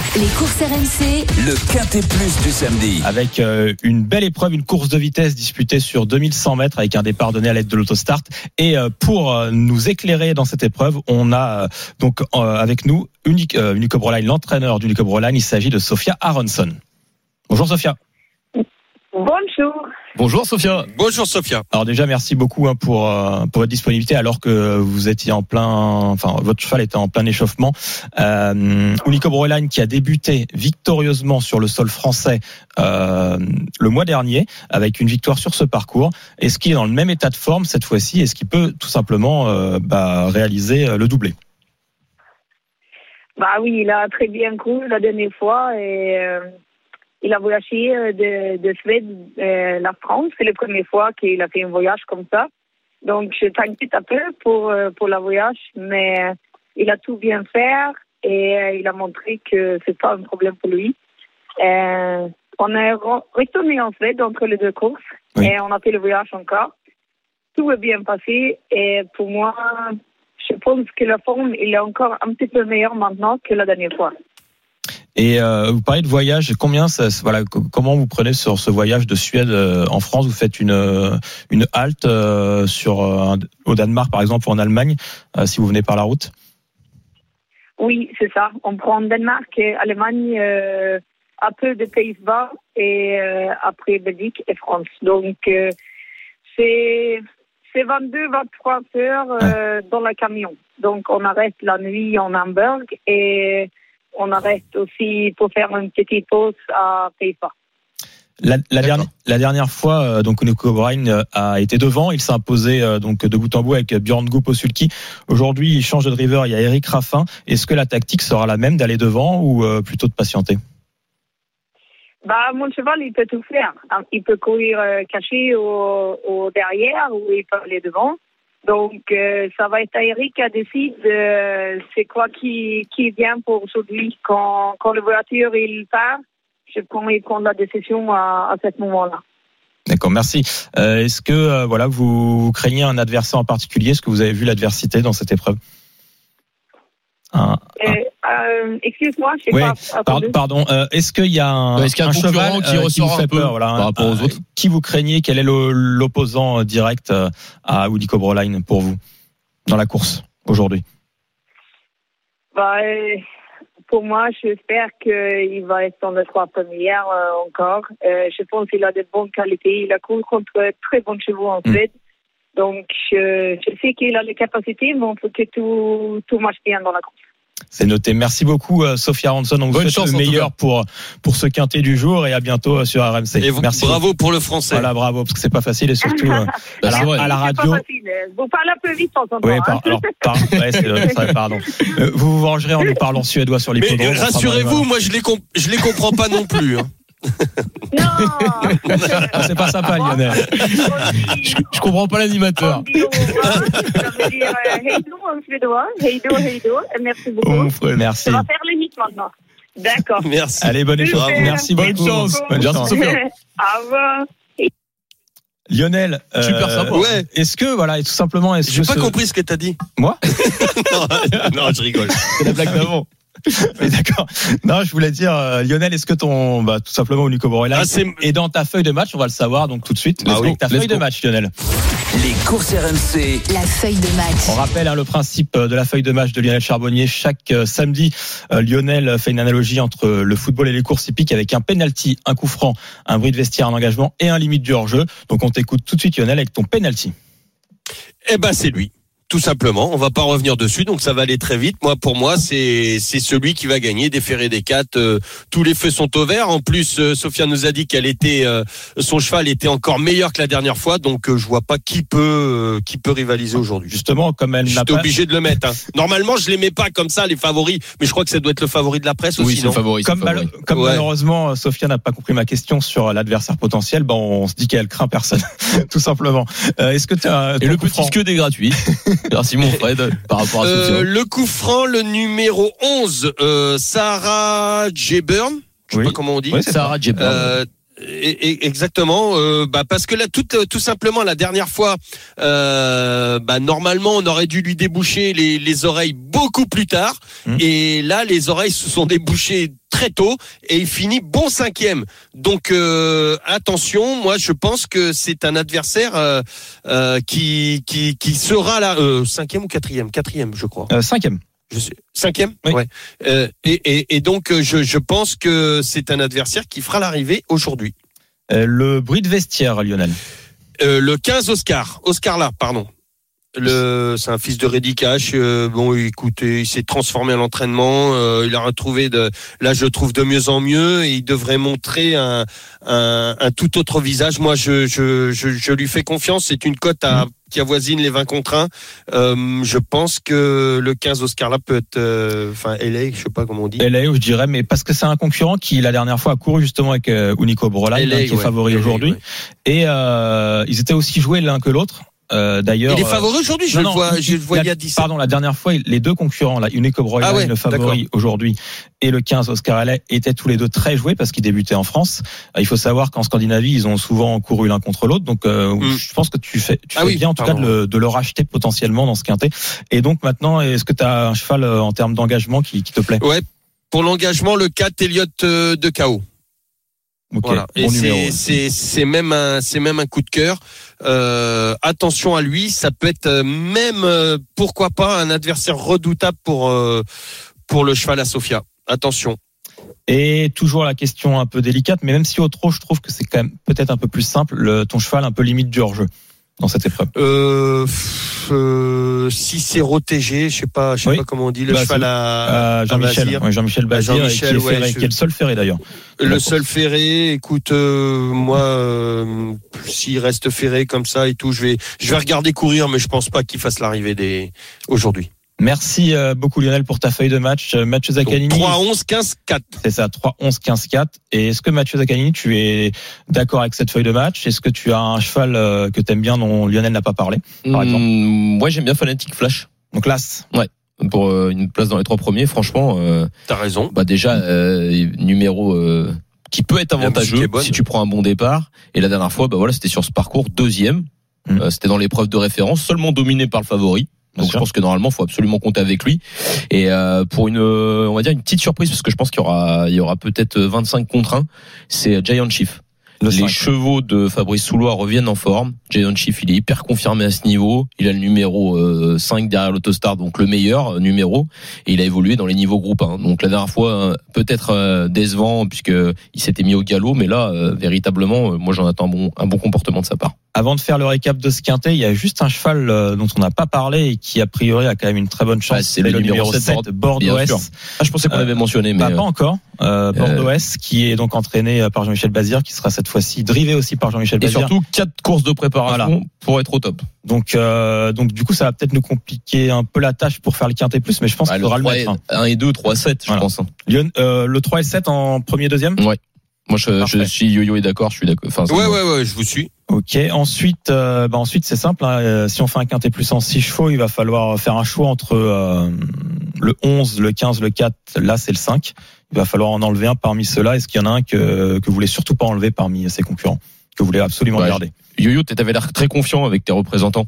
Les courses R M C, le Quintet Plus du samedi. Avec euh, une belle épreuve, une course de vitesse disputée sur deux mille cent mètres avec un départ donné à l'aide de l'autostart. Et euh, pour euh, nous éclairer dans cette épreuve, on a euh, donc euh, avec nous Unique, euh, Unicobreline, l'entraîneur d'Unicobreline. Il s'agit de Sophia Aronson. Bonjour Sophia. Bonjour. Bonjour Sophia. Bonjour Sophia. Alors déjà merci beaucoup hein, pour euh, pour votre disponibilité alors que vous étiez en plein, enfin votre cheval était en plein échauffement. Euh, Unicobreline qui a débuté victorieusement sur le sol français euh, le mois dernier avec une victoire sur ce parcours. Est-ce qu'il est dans le même état de forme cette fois-ci? Est-ce qu'il peut tout simplement euh, bah, réaliser le doublé? Bah oui, il a très bien couru la dernière fois et euh... il a voyagé de, de Suède euh, la France. C'est la première fois qu'il a fait un voyage comme ça. Donc, je t'inquiète un peu pour, pour le voyage, mais il a tout bien fait et il a montré que c'est pas un problème pour lui. Euh, on est retourné en Suède entre les deux courses oui. et on a fait le voyage encore. Tout est bien passé et pour moi, je pense que la forme il est encore un petit peu meilleure maintenant que la dernière fois. Et euh, vous parlez de voyage, combien ça, voilà, comment vous prenez sur ce voyage de Suède euh, en France? Vous faites une une halte euh, sur euh, au Danemark par exemple ou en Allemagne euh, si vous venez par la route? Oui, c'est ça. On prend Danemark, et Allemagne, euh, un peu de Pays-Bas et euh, après Belgique et France. Donc euh, c'est c'est vingt-deux vingt-trois heures euh, ouais. dans le camion. Donc on arrête la nuit en Hamburg et on arrête aussi pour faire une petite pause à Pays-Bas. La, la, dernière, la dernière fois, euh, donc Unicobreline euh, a été devant. Il s'est imposé euh, donc de bout en bout avec Björn Goop au sulky. Aujourd'hui, il change de driver. Il y a Eric Raffin. Est-ce que la tactique sera la même d'aller devant ou euh, plutôt de patienter? Bah, mon cheval, il peut tout faire. Il peut courir euh, caché au, au derrière ou il peut aller devant. Donc, euh, ça va être à Eric à décider euh, c'est quoi qui, qui vient pour aujourd'hui. Quand, quand la voiture il part, je prends, il prend la décision à, à ce moment-là. D'accord, merci. Euh, est-ce que euh, voilà, vous, vous craignez un adversaire en particulier? Est-ce que vous avez vu l'adversité dans cette épreuve? un, euh, euh, Excuse-moi, je sais oui, pas. Pardon. pardon. Euh, est-ce qu'il y a un, est-ce qu'il y a un, un cheval qui, euh, qui vous fait peur, peu, voilà, par rapport aux euh, autres? Qui vous craignez? Quel est le, l'opposant direct à Unicobreline pour vous dans la course aujourd'hui? Bah, pour moi, j'espère qu'il va être dans les trois premières euh, encore. Euh, je pense qu'il a de bonnes qualités. Il a couru contre très bons chevaux en Suède. Mmh. Donc, je, je sais qu'il a les capacités, mais il faut que tout, tout marche bien dans la course. C'est noté. Merci beaucoup, Sophia Aronson. On vous souhaite le meilleur pour, pour ce quintet du jour et à bientôt sur R M C. Et vous, merci. Bravo pour le français. Voilà, bravo, parce que c'est pas facile et surtout à, la, à la radio. C'est pas facile. Vous parlez un peu vite en temps. Oui, par, alors, par, ouais, c'est, c'est, pardon. Euh, vous vous vengerez en nous parlant suédois sur l'hippodrome. Mais rassurez-vous, moi je les, comp- je les comprends pas non plus. Hein. Non, c'est pas sympa, Lionel. je, je comprends pas l'animateur. Ça veut dire hejdo en suédois. Hejdo, hejdo. Merci beaucoup. Oh, merci. Ça va faire le hit maintenant. D'accord. Merci. Allez, bonne échange. Merci bonne beaucoup. Chance. Bonne chance. Sophia. Au revoir. Lionel, euh, super sympa. Ouais. Est-ce que voilà, tout simplement, est-ce J'ai que pas ce... compris ce que t'as dit. Moi non, non, je rigole. C'est la blague d'avant. Oui, d'accord. Non, je voulais dire, euh, Lionel, est-ce que ton, bah, tout simplement, Unicobreline ah, est dans ta feuille de match? On va le savoir donc tout de suite. Ah oui, ta feuille go. de match, Lionel. Les courses R M C. La feuille de match. On rappelle hein, le principe de la feuille de match de Lionel Charbonnier. Chaque euh, samedi, euh, Lionel fait une analogie entre le football et les courses hippiques avec un penalty, un coup franc, un bruit de vestiaire, un engagement et un limite du hors-jeu. Donc on t'écoute tout de suite, Lionel, avec ton penalty. Eh ben, c'est lui. Tout simplement, on va pas revenir dessus, donc ça va aller très vite. Moi, pour moi, c'est c'est celui qui va gagner, déférer des quatre. Euh, tous les feux sont au vert. En plus, euh, Sophia nous a dit qu'elle était, euh, son cheval était encore meilleur que la dernière fois, donc euh, je vois pas qui peut euh, qui peut rivaliser aujourd'hui. Justement, comme elle n'a pas, pas... obligé de le mettre. Hein. Normalement, je les mets pas comme ça les favoris, mais je crois que ça doit être le favori de la presse oui, aussi. C'est non le favori, comme c'est le favori. Mal... comme ouais. Malheureusement, Sophia n'a pas compris ma question sur l'adversaire potentiel. Ben, on se dit qu'elle craint personne, tout simplement. Euh, est-ce que tu as et le petit franc... que des gratuits. Merci mon Fred. Par rapport à euh, le coup franc, le numéro onze, euh, Sarah Jayburn, je sais oui. pas comment on dit. Oui, c'est Sarah Jayburn. Euh, et, et, exactement, euh, bah parce que là, tout, tout simplement, la dernière fois, euh, bah normalement, on aurait dû lui déboucher les, les oreilles beaucoup plus tard, mmh. et là, les oreilles se sont débouchées très très tôt et il finit bon cinquième. Donc euh, attention, moi je pense que c'est un adversaire euh, euh, qui qui qui sera là euh, cinquième ou quatrième, quatrième je crois. Euh, cinquième. Je sais. Cinquième, oui. Ouais. Euh, et, et, et donc je, je pense que c'est un adversaire qui fera l'arrivée aujourd'hui. Euh, le bruit de vestiaire, Lionel. Euh, le quinze Oscar, Oscar là, pardon. Le, c'est un fils de Redicache. Euh, bon, écoutez, il s'est transformé à l'entraînement. Euh, il a retrouvé de, là, je trouve de mieux en mieux. Et il devrait montrer un, un, un tout autre visage. Moi, je, je, je, je lui fais confiance. C'est une cote à mmh. qui avoisine les vingt contre un. Euh, je pense que le quinze Oscar là peut être, enfin, euh, L A, je sais pas comment on dit. L A, je dirais, mais parce que c'est un concurrent qui la dernière fois a couru justement avec euh, Unico Broline, qui est ouais, favori L A, aujourd'hui. Ouais. Et euh, ils étaient aussi joués l'un que l'autre. Euh, d'ailleurs, il est favori aujourd'hui. Je non, le vois, il, je le vois il y a dix. Pardon, la dernière fois, les deux concurrents, là, Unico Broline, ah ouais, le favori d'accord. aujourd'hui, et le quinze Oscar L A, étaient tous les deux très joués parce qu'ils débutaient en France. Il faut savoir qu'en Scandinavie, ils ont souvent couru l'un contre l'autre. Donc, euh, mm. je pense que tu fais, tu ah fais oui, bien, en tout pardon. cas, de le, de le racheter potentiellement dans ce quintet. Et donc, maintenant, est-ce que tu as un cheval en termes d'engagement qui, qui te plaît? Ouais. Pour l'engagement, le quatre Elliott de K O. Okay, voilà. Bon et numéro, c'est, c'est, c'est même un, c'est même un coup de cœur. Euh, attention à lui, ça peut être même, euh, pourquoi pas, un adversaire redoutable pour, euh, pour le cheval à Sofia. Attention. Et toujours la question un peu délicate, mais même si au trot, je trouve que c'est quand même peut-être un peu plus simple, le, ton cheval un peu limite du hors-jeu dans cette épreuve. Euh, euh, si c'est Rotégé, je sais pas, je sais oui. pas comment on dit, le bah, cheval à, euh, Jean-Michel, à ouais, Jean-Michel Bazir, Jean-Michel, qui, est ouais, ferré, je... qui est le seul ferré d'ailleurs. Le seul ferré, écoute, euh, moi, euh, s'il reste ferré comme ça et tout, je vais, je vais regarder courir, mais je pense pas qu'il fasse l'arrivée des aujourd'hui. Merci beaucoup Lionel pour ta feuille de match. Mathieu Zaccanini. trois onze quinze quatre. C'est ça, trois onze quinze quatre. Et est-ce que Mathieu Zaccanini, tu es d'accord avec cette feuille de match? Est-ce que tu as un cheval que t'aimes bien dont Lionel n'a pas parlé, par exemple? Mmh, ouais, j'aime bien Fanatic Flash. Donc l'As. Ouais. Pour une place dans les trois premiers, franchement. Euh, T'as raison. Bah déjà, euh, numéro euh, qui peut être avantageux si tu prends un bon départ. Et la dernière fois, bah voilà, c'était sur ce parcours deuxième. Mmh. Euh, c'était dans l'épreuve de référence, seulement dominé par le favori. Donc Bien je sûr. pense que normalement, il faut absolument compter avec lui. Et euh, pour une, on va dire une petite surprise, parce que je pense qu'il y aura, il y aura peut-être vingt-cinq contre un. C'est Giant Chief. Le Les cinq. Chevaux de Fabrice Soulois reviennent en forme. Giant Chief, il est hyper confirmé à ce niveau. Il a le numéro euh, cinq derrière l'Autostar, donc le meilleur euh, numéro. Et il a évolué dans les niveaux groupe un. Donc la dernière fois, euh, peut-être euh, décevant puisque il s'était mis au galop, mais là, euh, véritablement, euh, moi j'en attends un bon, un bon comportement de sa part. Avant de faire le récap de ce quintet, il y a juste un cheval euh, dont on n'a pas parlé et qui a priori a quand même une très bonne chance. Bah, c'est, c'est le, le numéro sept, Bordeaux-S. Ah, je pensais qu'on euh, l'avait mentionné, mais bah, pas encore. Euh, Bordeaux-S, euh... qui est donc entraîné par Jean-Michel Bazir, qui sera cette fois-ci drivé aussi par Jean-Michel Bazir. Et surtout quatre courses de préparation voilà. pour être au top. Donc, euh, donc du coup, ça va peut-être nous compliquer un peu la tâche pour faire le quintet plus, mais je pense bah, qu'il faudra le mettre. un et deux, trois, sept, je voilà. pense. Lyon, euh, le trois et sept en premier, deuxième. Ouais. Moi, je, je suis Yo-Yo est d'accord, je suis d'accord. Enfin, ouais, ouais, ouais, je vous suis. Ok. Ensuite, euh, bah ensuite c'est simple. Hein. Si on fait un quintet plus en six chevaux, il va falloir faire un choix entre euh, le onze, le quinze, le quatre. Là, c'est le cinq. Il va falloir en enlever un parmi ceux-là. Est-ce qu'il y en a un que que vous voulez surtout pas enlever parmi ces concurrents, que vous voulez absolument ouais, garder? Yo-Yo, t'avais l'air très confiant avec tes représentants.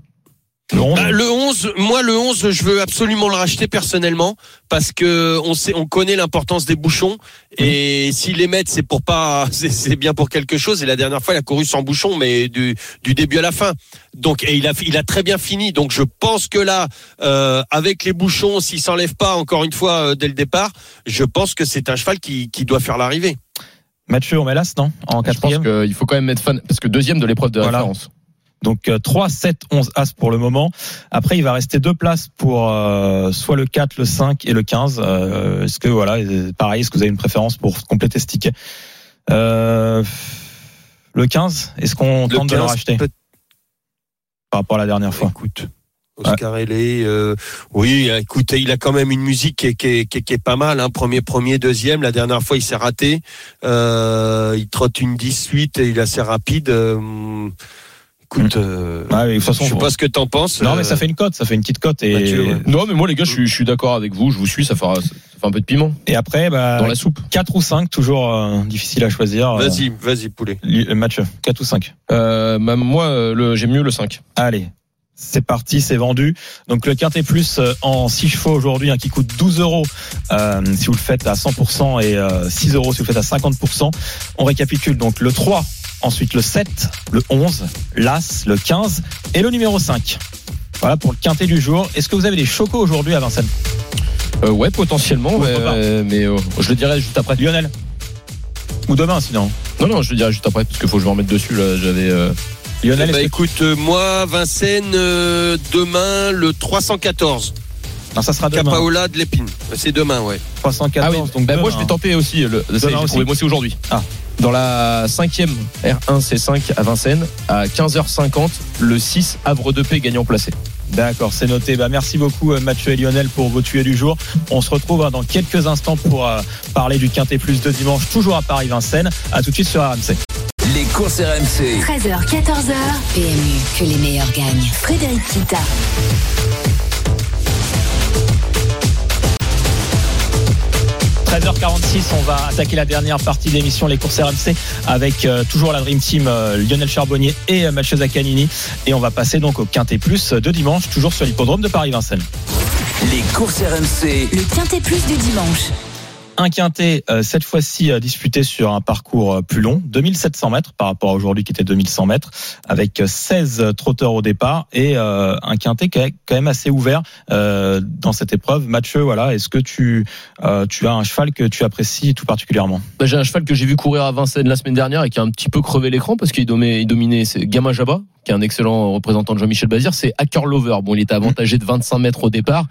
Le onze. Bah, le onze, moi le onze, je veux absolument le racheter personnellement parce que on sait, on connaît l'importance des bouchons et mmh. s'ils les mettent, c'est pour pas, c'est, c'est bien pour quelque chose. Et la dernière fois, il a couru sans bouchon, mais du du début à la fin. Donc et il a il a très bien fini. Donc je pense que là, euh, avec les bouchons, s'il s'enlève pas encore une fois euh, dès le départ, je pense que c'est un cheval qui qui doit faire l'arrivée. Mathieu, on met l'As, non? En quatrième. Je pense qu'il faut quand même mettre fan parce que deuxième de l'épreuve de voilà. référence. Donc trois, sept, onze As pour le moment. Après, il va rester deux places pour euh, soit le quatre, le cinq et le quinze. Euh, est-ce que voilà, pareil, est-ce que vous avez une préférence pour compléter ce ticket? euh, Le quinze, est-ce qu'on le tente quinze, de le racheter peut... par rapport à la dernière fois? Écoute, Oscar ouais. L A, euh, oui, écoutez, il a quand même une musique qui est, qui est, qui est, qui est pas mal. Hein. Premier, premier, deuxième. La dernière fois, il s'est raté. Euh, il trotte une dix-huit et il est assez rapide. Euh, Écoute, euh, ah, mais de toute façon, je sais pas ce que t'en penses. Non, mais ça fait une cote, ça fait une petite cote. Et... Mathieu, ouais. Non, mais moi, les gars, je suis, je suis d'accord avec vous. Je vous suis, ça fera, ça fait un peu de piment. Et après, bah, dans la soupe. quatre ou cinq, toujours euh, difficile à choisir. Vas-y, euh, vas-y, poulet. Mathieu, quatre ou cinq. Euh, bah, moi, le, j'aime mieux le cinq. Allez. C'est parti, c'est vendu. Donc le Quintet Plus euh, en six chevaux aujourd'hui, hein, qui coûte douze euros euh, si vous le faites à cent pour cent et euh, six euros si vous le faites à cinquante pour cent. On récapitule donc le trois, ensuite le sept, le onze, l'As, le quinze et le numéro cinq. Voilà pour le Quintet du jour. Est-ce que vous avez des chocos aujourd'hui à Vincennes? euh, Ouais, potentiellement, mais, euh, mais euh, je le dirai juste après. Lionel? Ou demain sinon? Non, non, je le dirai juste après parce qu'il faut que je me remette dessus. Là, j'avais... Euh... Lionel, bah, écoute, euh, moi, Vincennes, euh, demain, le trois cent quatorze. Non, ça sera demain. Capaola de l'Épine. C'est demain, ouais. trois cent quatorze. Ah oui, donc bah, moi, je vais tenter aussi. Le, ça, j'ai trouvé moi aussi aujourd'hui. Ah. Dans la cinquième R un C cinq à Vincennes, à quinze heures cinquante, le six Havre de Paix gagnant placé. D'accord, c'est noté. Bah, merci beaucoup Mathieu et Lionel pour vos tués du jour. On se retrouve hein, dans quelques instants pour euh, parler du Quintet Plus de dimanche, toujours à Paris-Vincennes. À tout de suite sur R M C. Les courses R M C. treize heures, quatorze heures. P M U, que les meilleurs gagnent. Frédéric Kita. treize heures quarante-six, on va attaquer la dernière partie de l'émission Les courses R M C avec euh, toujours la Dream Team euh, Lionel Charbonnier et euh, Mathieu Zaccanini. Et on va passer donc au Quintet Plus de dimanche, toujours sur l'hippodrome de Paris-Vincennes. Les courses R M C. Le Quintet Plus du dimanche. Un quintet, euh, cette fois-ci euh, disputé sur un parcours euh, plus long, deux mille sept cents mètres par rapport à aujourd'hui qui était deux mille cent mètres, avec seize trotteurs au départ et euh, un quintet qui est quand même assez ouvert euh, dans cette épreuve. Mathieu, voilà, est-ce que tu euh, tu as un cheval que tu apprécies tout particulièrement? Bah, j'ai un cheval que j'ai vu courir à Vincennes la semaine dernière et qui a un petit peu crevé l'écran parce qu'il dominait, il dominait c'est Gamma Jabba, qui est un excellent représentant de Jean-Michel Bazir. C'est Hacker Lover. Bon, il était avantagé de vingt-cinq mètres au départ.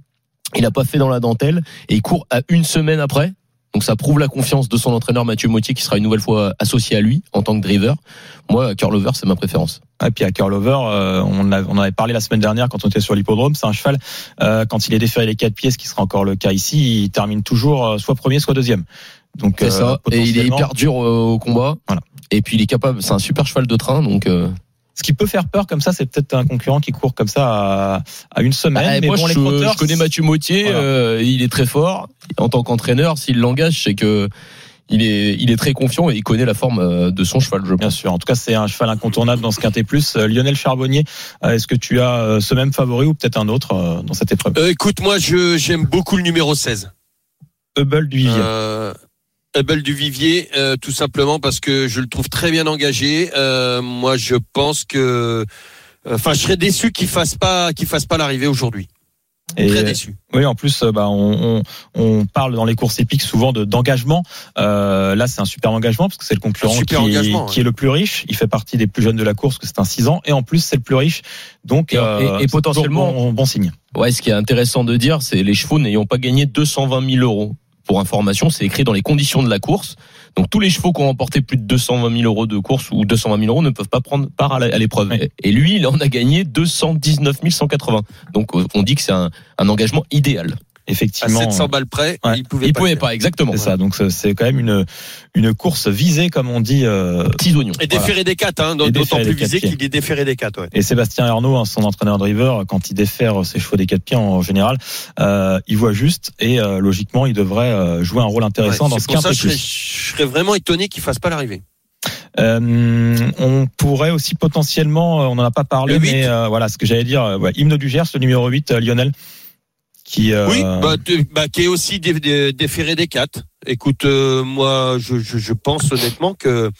Il n'a pas fait dans la dentelle et il court à une semaine après. Donc ça prouve la confiance de son entraîneur Mathieu Mottier qui sera une nouvelle fois associé à lui en tant que driver. Moi, Hacker Lover, c'est ma préférence. Et puis Hacker Lover, euh, on, a, on en avait parlé la semaine dernière quand on était sur l'hippodrome. C'est un cheval, euh, quand il est déféré les quatre pieds, ce qui sera encore le cas ici, il termine toujours euh, soit premier, soit deuxième. Donc c'est euh, ça. Et il est hyper dur au combat. Voilà. Et puis il est capable. C'est un super cheval de train, donc. Euh... Ce qui peut faire peur comme ça, c'est peut-être un concurrent qui court comme ça à, à une semaine. Ah, mais moi, bon, je, les trotteurs, je connais Mathieu Mottier, voilà. euh, il est très fort. En tant qu'entraîneur, s'il l'engage, c'est que il est, il est très confiant et il connaît la forme de son cheval, je pense. Bien sûr. En tout cas, c'est un cheval incontournable dans ce Quintet Plus. Lionel Charbonnier, est-ce que tu as ce même favori ou peut-être un autre dans cette épreuve? euh, Écoute, moi, je, j'aime beaucoup le numéro seize. Hubble du Vivier. Euh... Hubble du Vivier, euh, tout simplement parce que je le trouve très bien engagé. Euh, moi, je pense que, enfin, euh, je serais déçu qu'il fasse pas, qu'il fasse pas l'arrivée aujourd'hui. Et très déçu. Oui, en plus, bah, on, on, on parle dans les courses épiques souvent de, d'engagement. Euh, là, c'est un super engagement parce que c'est le concurrent qui, qui ouais. est le plus riche. Il fait partie des plus jeunes de la course, parce que c'est un six ans. Et en plus, c'est le plus riche. Donc, et, euh, et, et potentiellement, bon, bon signe. Ouais, ce qui est intéressant de dire, c'est les chevaux n'ayant pas gagné deux cent vingt mille euros. Pour information, c'est écrit dans les conditions de la course. Donc tous les chevaux qui ont remporté plus de deux cent vingt mille euros de course ou deux cent vingt mille euros ne peuvent pas prendre part à l'épreuve. Ouais. Et lui, il en a gagné deux cent dix-neuf mille cent quatre-vingts. Donc on dit que c'est un, un engagement idéal. Effectivement. À sept cents balles près, ouais. il pouvait il pas. pouvait pas, exactement. C'est ça. Donc c'est quand même une une course visée, comme on dit. Euh, Petits oignons. Et déféré voilà. des quatre, hein, d'autant plus visé qu'il est déféré des quatre. Ouais. Et Sébastien Ernaud, hein, son entraîneur driver, quand il défère ses chevaux des quatre pieds en général, euh, il voit juste et euh, logiquement, il devrait euh, jouer un rôle intéressant ouais, dans ce Quintet Plus. Je, je serais vraiment étonné qu'il fasse pas l'arrivée. Euh, on pourrait aussi potentiellement, on n'en a pas parlé, mais euh, voilà, ce que j'allais dire, euh, ouais, Hymne du Gers, le numéro huit, euh, Lionel. Qui, euh... Oui, bah, de, bah, qui est aussi dé, dé, déféré des quatre. Écoute, euh, moi, je, je, je pense honnêtement que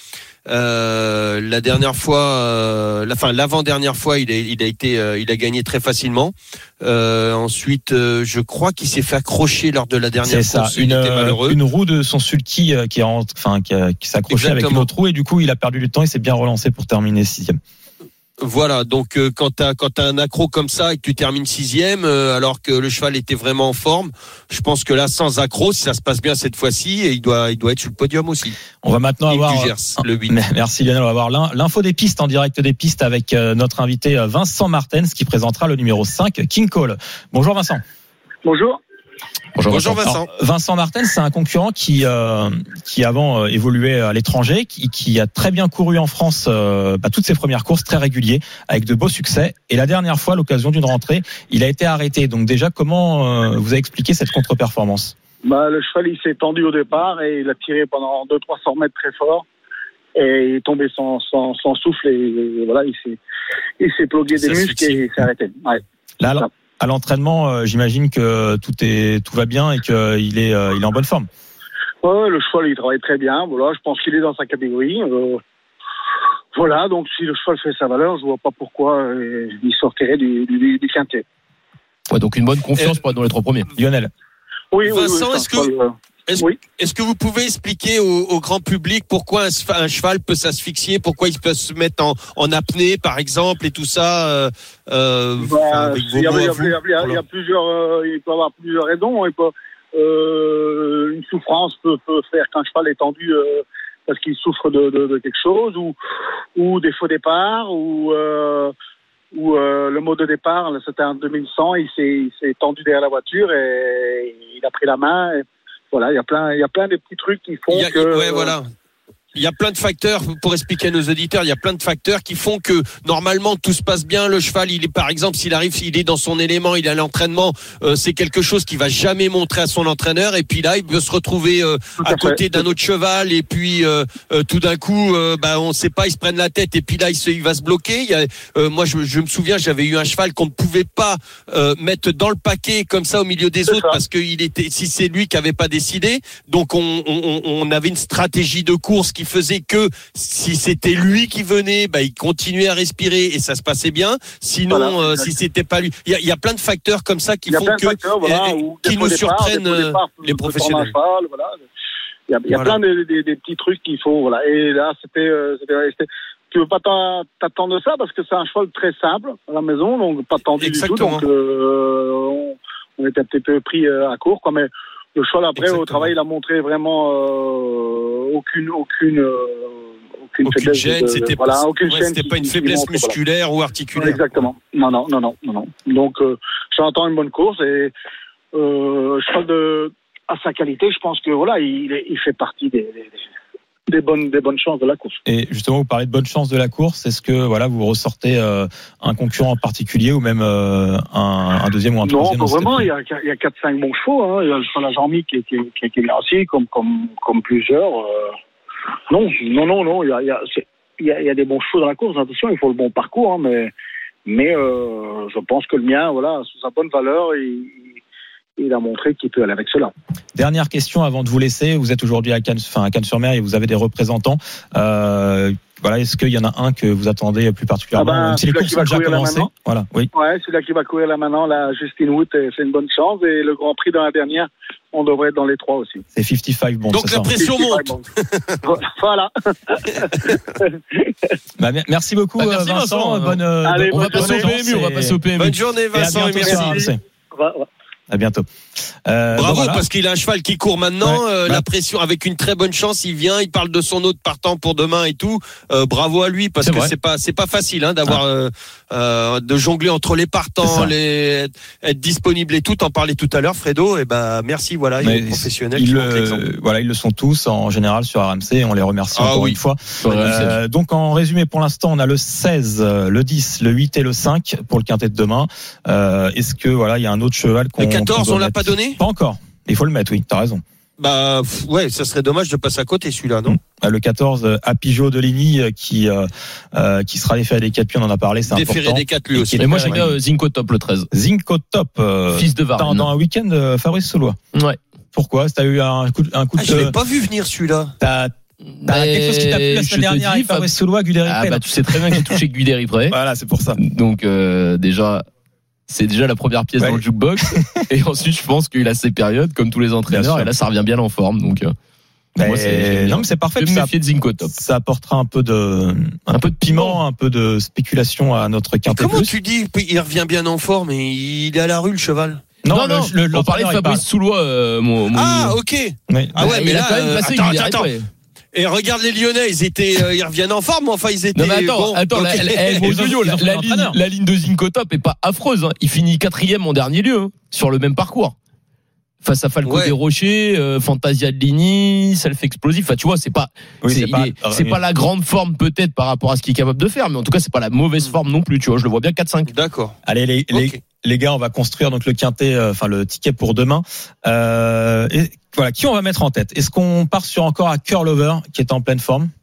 euh, la dernière fois, euh, la, enfin l'avant-dernière fois, il a, il a été, euh, il a gagné très facilement. Euh, ensuite, euh, je crois qu'il s'est fait accrocher lors de la dernière C'est course. Ça, une, il était malheureux. Une roue de son sulky euh, qui, est en, enfin, qui, a, qui s'accrochait avec une autre roue et du coup, il a perdu du temps. Il s'est bien relancé pour terminer sixième. Voilà, donc euh, quand t'as quand t'as un accro comme ça et que tu termines sixième, euh, alors que le cheval était vraiment en forme, je pense que là sans accro, si ça se passe bien cette fois-ci, et il doit il doit être sur le podium aussi. On va maintenant Yves avoir Gers, le huit. Merci Lionel, on va avoir l'info des pistes en direct des pistes avec euh, notre invité Vincent Martens qui présentera le numéro cinq King Cole. Bonjour Vincent. Bonjour. Bonjour, Bonjour Vincent. Alors, Vincent Martens, c'est un concurrent qui euh, qui avant euh, évoluait à l'étranger, qui, qui a très bien couru en France euh, bah, toutes ses premières courses, très régulier, avec de beaux succès. Et la dernière fois, à l'occasion d'une rentrée, il a été arrêté. Donc déjà, comment euh, vous avez expliqué cette contre-performance? Bah, le cheval, il s'est tendu au départ et il a tiré pendant deux cents trois cents mètres très fort. et il est tombé sans, sans, sans souffle et, et voilà, il s'est, il s'est plogué des muscles et il s'est arrêté. Ouais. Là, là, à l'entraînement, euh, j'imagine que tout est, tout va bien et qu'il est, euh, il est en bonne forme. Ouais, le cheval, il travaille très bien. Voilà, je pense qu'il est dans sa catégorie. Euh, voilà, donc si le cheval fait sa valeur, je vois pas pourquoi euh, il sortirait du, du, du quintet. Ouais, donc une bonne confiance Et... pour être dans les trois premiers. Lionel. Oui, Vincent, oui, oui, est-ce que, cheval, est-ce, oui. est-ce que vous pouvez expliquer au, au grand public pourquoi un, un cheval peut s'asphyxier, pourquoi il peut se mettre en, en apnée, par exemple, et tout ça euh, euh, bah, avec vos il, y a, il, y a, il, y a, il y a plusieurs, euh, il peut y avoir plusieurs raisons. Il peut, euh, une souffrance peut, peut faire qu'un cheval est tendu euh, parce qu'il souffre de, de, de quelque chose, ou, ou des faux départs, ou euh, où euh, le mot de départ, c'était en deux mille cent, il s'est, il s'est tendu derrière la voiture et il a pris la main. Et voilà, il y a plein, il y a plein de petits trucs qui font a, que. Ouais, voilà. Il y a plein de facteurs, pour expliquer à nos auditeurs, il y a plein de facteurs qui font que normalement tout se passe bien. Le cheval, il est par exemple, s'il arrive, il est dans son élément, il est à l'entraînement, euh, c'est quelque chose qu'il va jamais montrer à son entraîneur. Et puis là, il peut se retrouver euh, à, à côté d'un autre cheval. Et puis euh, euh, tout d'un coup, euh, bah on sait pas, ils se prennent la tête. Et puis là, il, se, il va se bloquer. Il y a, euh, moi, je, je me souviens, j'avais eu un cheval qu'on ne pouvait pas euh, mettre dans le paquet comme ça au milieu des c'est autres ça. Parce que il était, si c'est lui qui avait pas décidé, donc on, on, on avait une stratégie de course qui faisait que si c'était lui qui venait, bah, il continuait à respirer et ça se passait bien. Sinon, voilà, euh, si c'était pas lui, il y a, il y a plein de facteurs comme ça qui font que, facteurs, voilà, euh, qui nous départ, surprennent départ, les professionnels. Cheval, voilà. Il y a, il y a voilà. plein de, de, de petits trucs qu'il faut, voilà. Et là, c'était, euh, c'était, c'était tu veux pas t'attendre de ça parce que c'est un cheval très simple à la maison, donc pas tendu Exactement. du tout. Donc, euh, on, on était un petit peu pris à court, quoi, mais le cheval après Exactement. au travail, il a montré vraiment euh, aucune aucune euh, aucune, aucune faiblesse. Gêne, de, c'était voilà, pas, aucune ouais, c'était pas une faiblesse montre, musculaire voilà. ou articulaire. Exactement. Non non non non non non. Donc euh, j'entends une bonne course et euh, cheval de à sa qualité, je pense que voilà, il il fait partie des, des des bonnes des bonnes chances de la course. Et justement, vous parlez de bonnes chances de la course. Est-ce que voilà, vous ressortez euh, un concurrent en particulier ou même euh, un, un deuxième ou un troisième? Non, vraiment, il y a il y a quatre cinq bons chevaux. Hein. Il y a le cheval à Jean-Mi qui, qui, qui, qui est bien aussi, comme comme comme plusieurs. Euh... Non, non, non, non. Il y a il y a il y a, il y a des bons chevaux dans la course. Attention, il faut le bon parcours, hein, mais mais euh, je pense que le mien, voilà, sous sa bonne valeur, il il a montré qu'il peut aller avec cela. Dernière question avant de vous laisser. Vous êtes aujourd'hui à Cannes, enfin à Cannes-sur-Mer et vous avez des représentants. Euh, voilà, est-ce qu'il y en a un que vous attendez plus particulièrement? Ah ben, si les courses ont déjà commencé. Voilà, oui. Ouais, celui-là qui va courir là maintenant, là, Justin Wood, c'est une bonne chance. Et le Grand Prix dans la dernière, on devrait être dans les trois aussi. C'est cinquante-cinq bons. Donc la pression monte. Voilà. bah, merci beaucoup, bah, merci Vincent. Vincent. Bonne, Allez, on, va passer au P M U, on va passer au P M U. Bonne journée, Vincent, et, et merci. À bientôt. Euh, Bravo, voilà. Parce qu'il a un cheval qui court maintenant, ouais, euh, bah. la pression avec une très bonne chance, il vient, il parle de son autre partant pour demain et tout. Euh, bravo à lui parce c'est que vrai. c'est pas c'est pas facile hein, d'avoir ah. euh, euh, de jongler entre les partants, les être disponible et tout. T'en parlais tout à l'heure, Fredo. Et ben merci, voilà, il est professionnel. Ils le, voilà, ils le sont tous en général sur R M C. On les remercie ah, encore oui. une fois. Euh, donc en résumé, pour l'instant, on a le seize, le dix, le huit et le cinq pour le quintet de demain. Euh, est-ce que voilà, il y a un autre cheval qu'on le quatorze, on l'a pas donné? Pas encore. Il faut le mettre, oui, t'as raison. Bah ouais, ça serait dommage de passer à côté celui-là, non? Le quatorze, à Pigeot de Ligny, qui euh, euh, qui sera déféré des quatre pieds, on en a parlé, c'est déféré important. Déféré des quatre lui aussi. Mais moi j'aime bien euh, Zinco Top le treize. Zinco Top, euh, fils de Varenne. Dans, dans un week-end, euh, Fabrice Soulois. Ouais. Pourquoi? T'as eu un coup, un coup ah, de. Je l'ai pas vu venir celui-là. T'as T'as quelque chose qui t'a plu la semaine dernière avec Fabrice Soulois, Guderipré. Ah bah tu sais très bien que j'ai touché Guderipré. Voilà, c'est pour ça. Donc euh, déjà. C'est déjà la première pièce ouais. dans le jukebox. Et ensuite, je pense qu'il a ses périodes, comme tous les entraîneurs. Et là, ça revient bien en forme. Donc, euh, moi, c'est, non, mais c'est parfait. Je vais me méfier de Zinco Top. Ça apportera un peu de, un, un peu de piment, un peu de spéculation à notre quintet. Comment tu dis, il revient bien en forme et il est à la rue, le cheval? Non, non, non le, le, on parlait de Fabrice Soulois, euh, mon, mon. Ah, ok. Oui. Ah ouais, mais, mais là, il a quand même passé attends, attends, attends. Et regarde les Lyonnais, ils étaient, euh, ils reviennent en forme, mais enfin ils étaient. Non mais attends, bon, attends, okay. la, la, la, Julio, la, la, ligne, la ligne de Zinco Top est pas affreuse. Hein. Il finit quatrième en dernier lieu hein, sur le même parcours. Face à Falco ouais. des Rochers, euh, Fantasia de Ligny, Self Explosif. Enfin, tu vois, c'est pas, oui, c'est, c'est, pas, est, c'est pas la grande forme peut-être par rapport à ce qu'il est capable de faire, mais en tout cas, c'est pas la mauvaise forme non plus. Tu vois, je le vois bien quatre cinq. D'accord. Allez les, okay. les les gars, on va construire donc le quintet, enfin euh, le ticket pour demain. Euh, et voilà, qui on va mettre en tête? Est-ce qu'on part sur encore à Curlover qui est en pleine forme?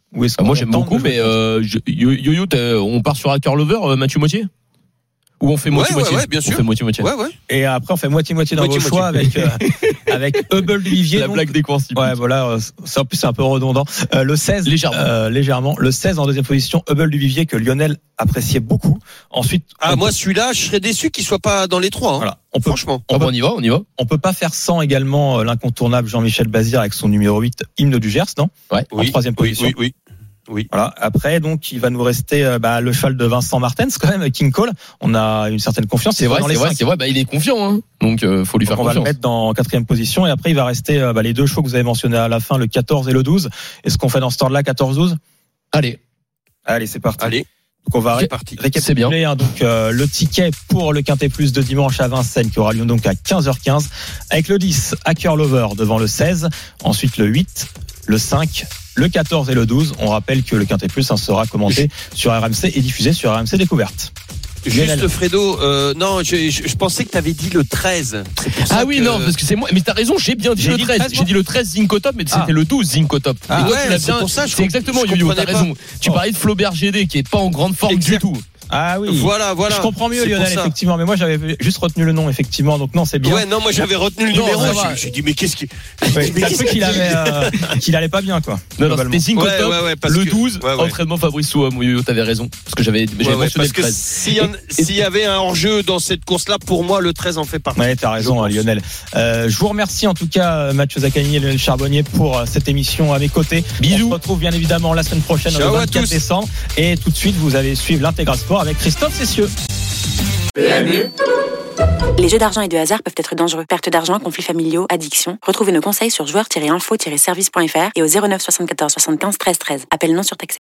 Ou est-ce ah, moi j'aime beaucoup, mais euh, Yo-Yo, on part sur Hacker Lover, euh, Mathieu Moitié. Ou on fait moitié-moitié. Ouais, ouais, bien sûr. On fait moitié-moitié. Ouais, ouais. Et après, on fait moitié-moitié dans moitié, vos choix moitié. avec, euh, avec Hubble du Vivier. La donc, blague des courses. Ouais, voilà. Euh, c'est, en plus, c'est un peu redondant. Euh, le seize. Légèrement. Euh, légèrement. Le seize en deuxième position, Hubble du Vivier, que Lionel appréciait beaucoup. Ensuite. Ah, moi, peut... celui-là, je serais déçu qu'il soit pas dans les trois, hein. Voilà. On peut, Franchement. On, on, peut, on y va, on y va. On peut pas faire sans également l'incontournable Jean-Michel Bazir avec son numéro huit, Hymne du Gers, non? Ouais. En oui, troisième oui, position. Oui, oui. Oui. Voilà. Après, donc, il va nous rester bah, le cheval de Vincent Martens quand même, King Cole. On a une certaine confiance. C'est vrai, c'est vrai, c'est vrai. Bah, il est confiant, hein. Donc, euh, faut lui donc faire on confiance. On va le mettre dans quatrième position. Et après, il va rester bah, les deux chevaux que vous avez mentionnés à la fin, le quatorze et le douze. Est-ce qu'on fait dans ce ordre-là, quatorze douze? Allez. Allez, c'est parti. Allez. Donc, on va ré- récapituler hein, donc, euh, le ticket pour le Quintet Plus de dimanche à Vincennes qui aura lieu donc à quinze heures quinze. Avec le dix, Hacker Lover devant le seize. Ensuite, le huit, le cinq, le quatorze et le douze. On rappelle que le Quintet Plus hein, sera commenté sur R M C et diffusé sur R M C Découverte. Juste Fredo, euh, non, je, je, je pensais que tu avais dit le treize. Ah oui, que... non, parce que c'est moi. Mais t'as raison, j'ai bien dit j'ai le treize. Dit j'ai dit le treize Zincotop, mais ah. c'était le douze Zincotop. Ah et toi, ouais, tu l'as c'est bien. pour ça. Je c'est exactement, Yo-Yo, t'as raison. Tu oh. parlais de Flaubert G D qui est pas en grande forme exact. du tout. Ah oui. Voilà, voilà. Je comprends mieux Lionel, effectivement. Mais moi, j'avais juste retenu le nom, effectivement. Donc non, c'est bien. Ouais, non, moi j'avais retenu le non, numéro. J'ai, j'ai dit, mais qu'est-ce qui. Ouais, t'as cru qu'il avait, euh, qu'il allait pas bien, quoi. Non, non, c'était Zincotop. Ouais, ouais, ouais, le que... douze, ouais, ouais. entraînement Fabrice Souham. Yo-Yo, t'avais raison. Parce que j'avais, j'avais ouais, mentionné parce que s'il y, en... s'il y avait un hors-jeu dans cette course-là, pour moi, le treize en fait partie. Ouais, t'as raison, hein, Lionel. Euh, je vous remercie en tout cas, Mathieu Zaccagni et Lionel Charbonnier pour cette émission à mes côtés. Bisous. On se retrouve bien évidemment la semaine prochaine, le vingt-quatre décembre. Et tout de suite, vous allez suivre l'Intégral Sport avec Christophe Cessieux. P M U. Les jeux d'argent et de hasard peuvent être dangereux. Perte d'argent, conflits familiaux, addiction. Retrouvez nos conseils sur joueurs tiret info tiret service point f r et au zéro neuf soixante-quatorze soixante-quinze treize treize. Appel non surtaxé.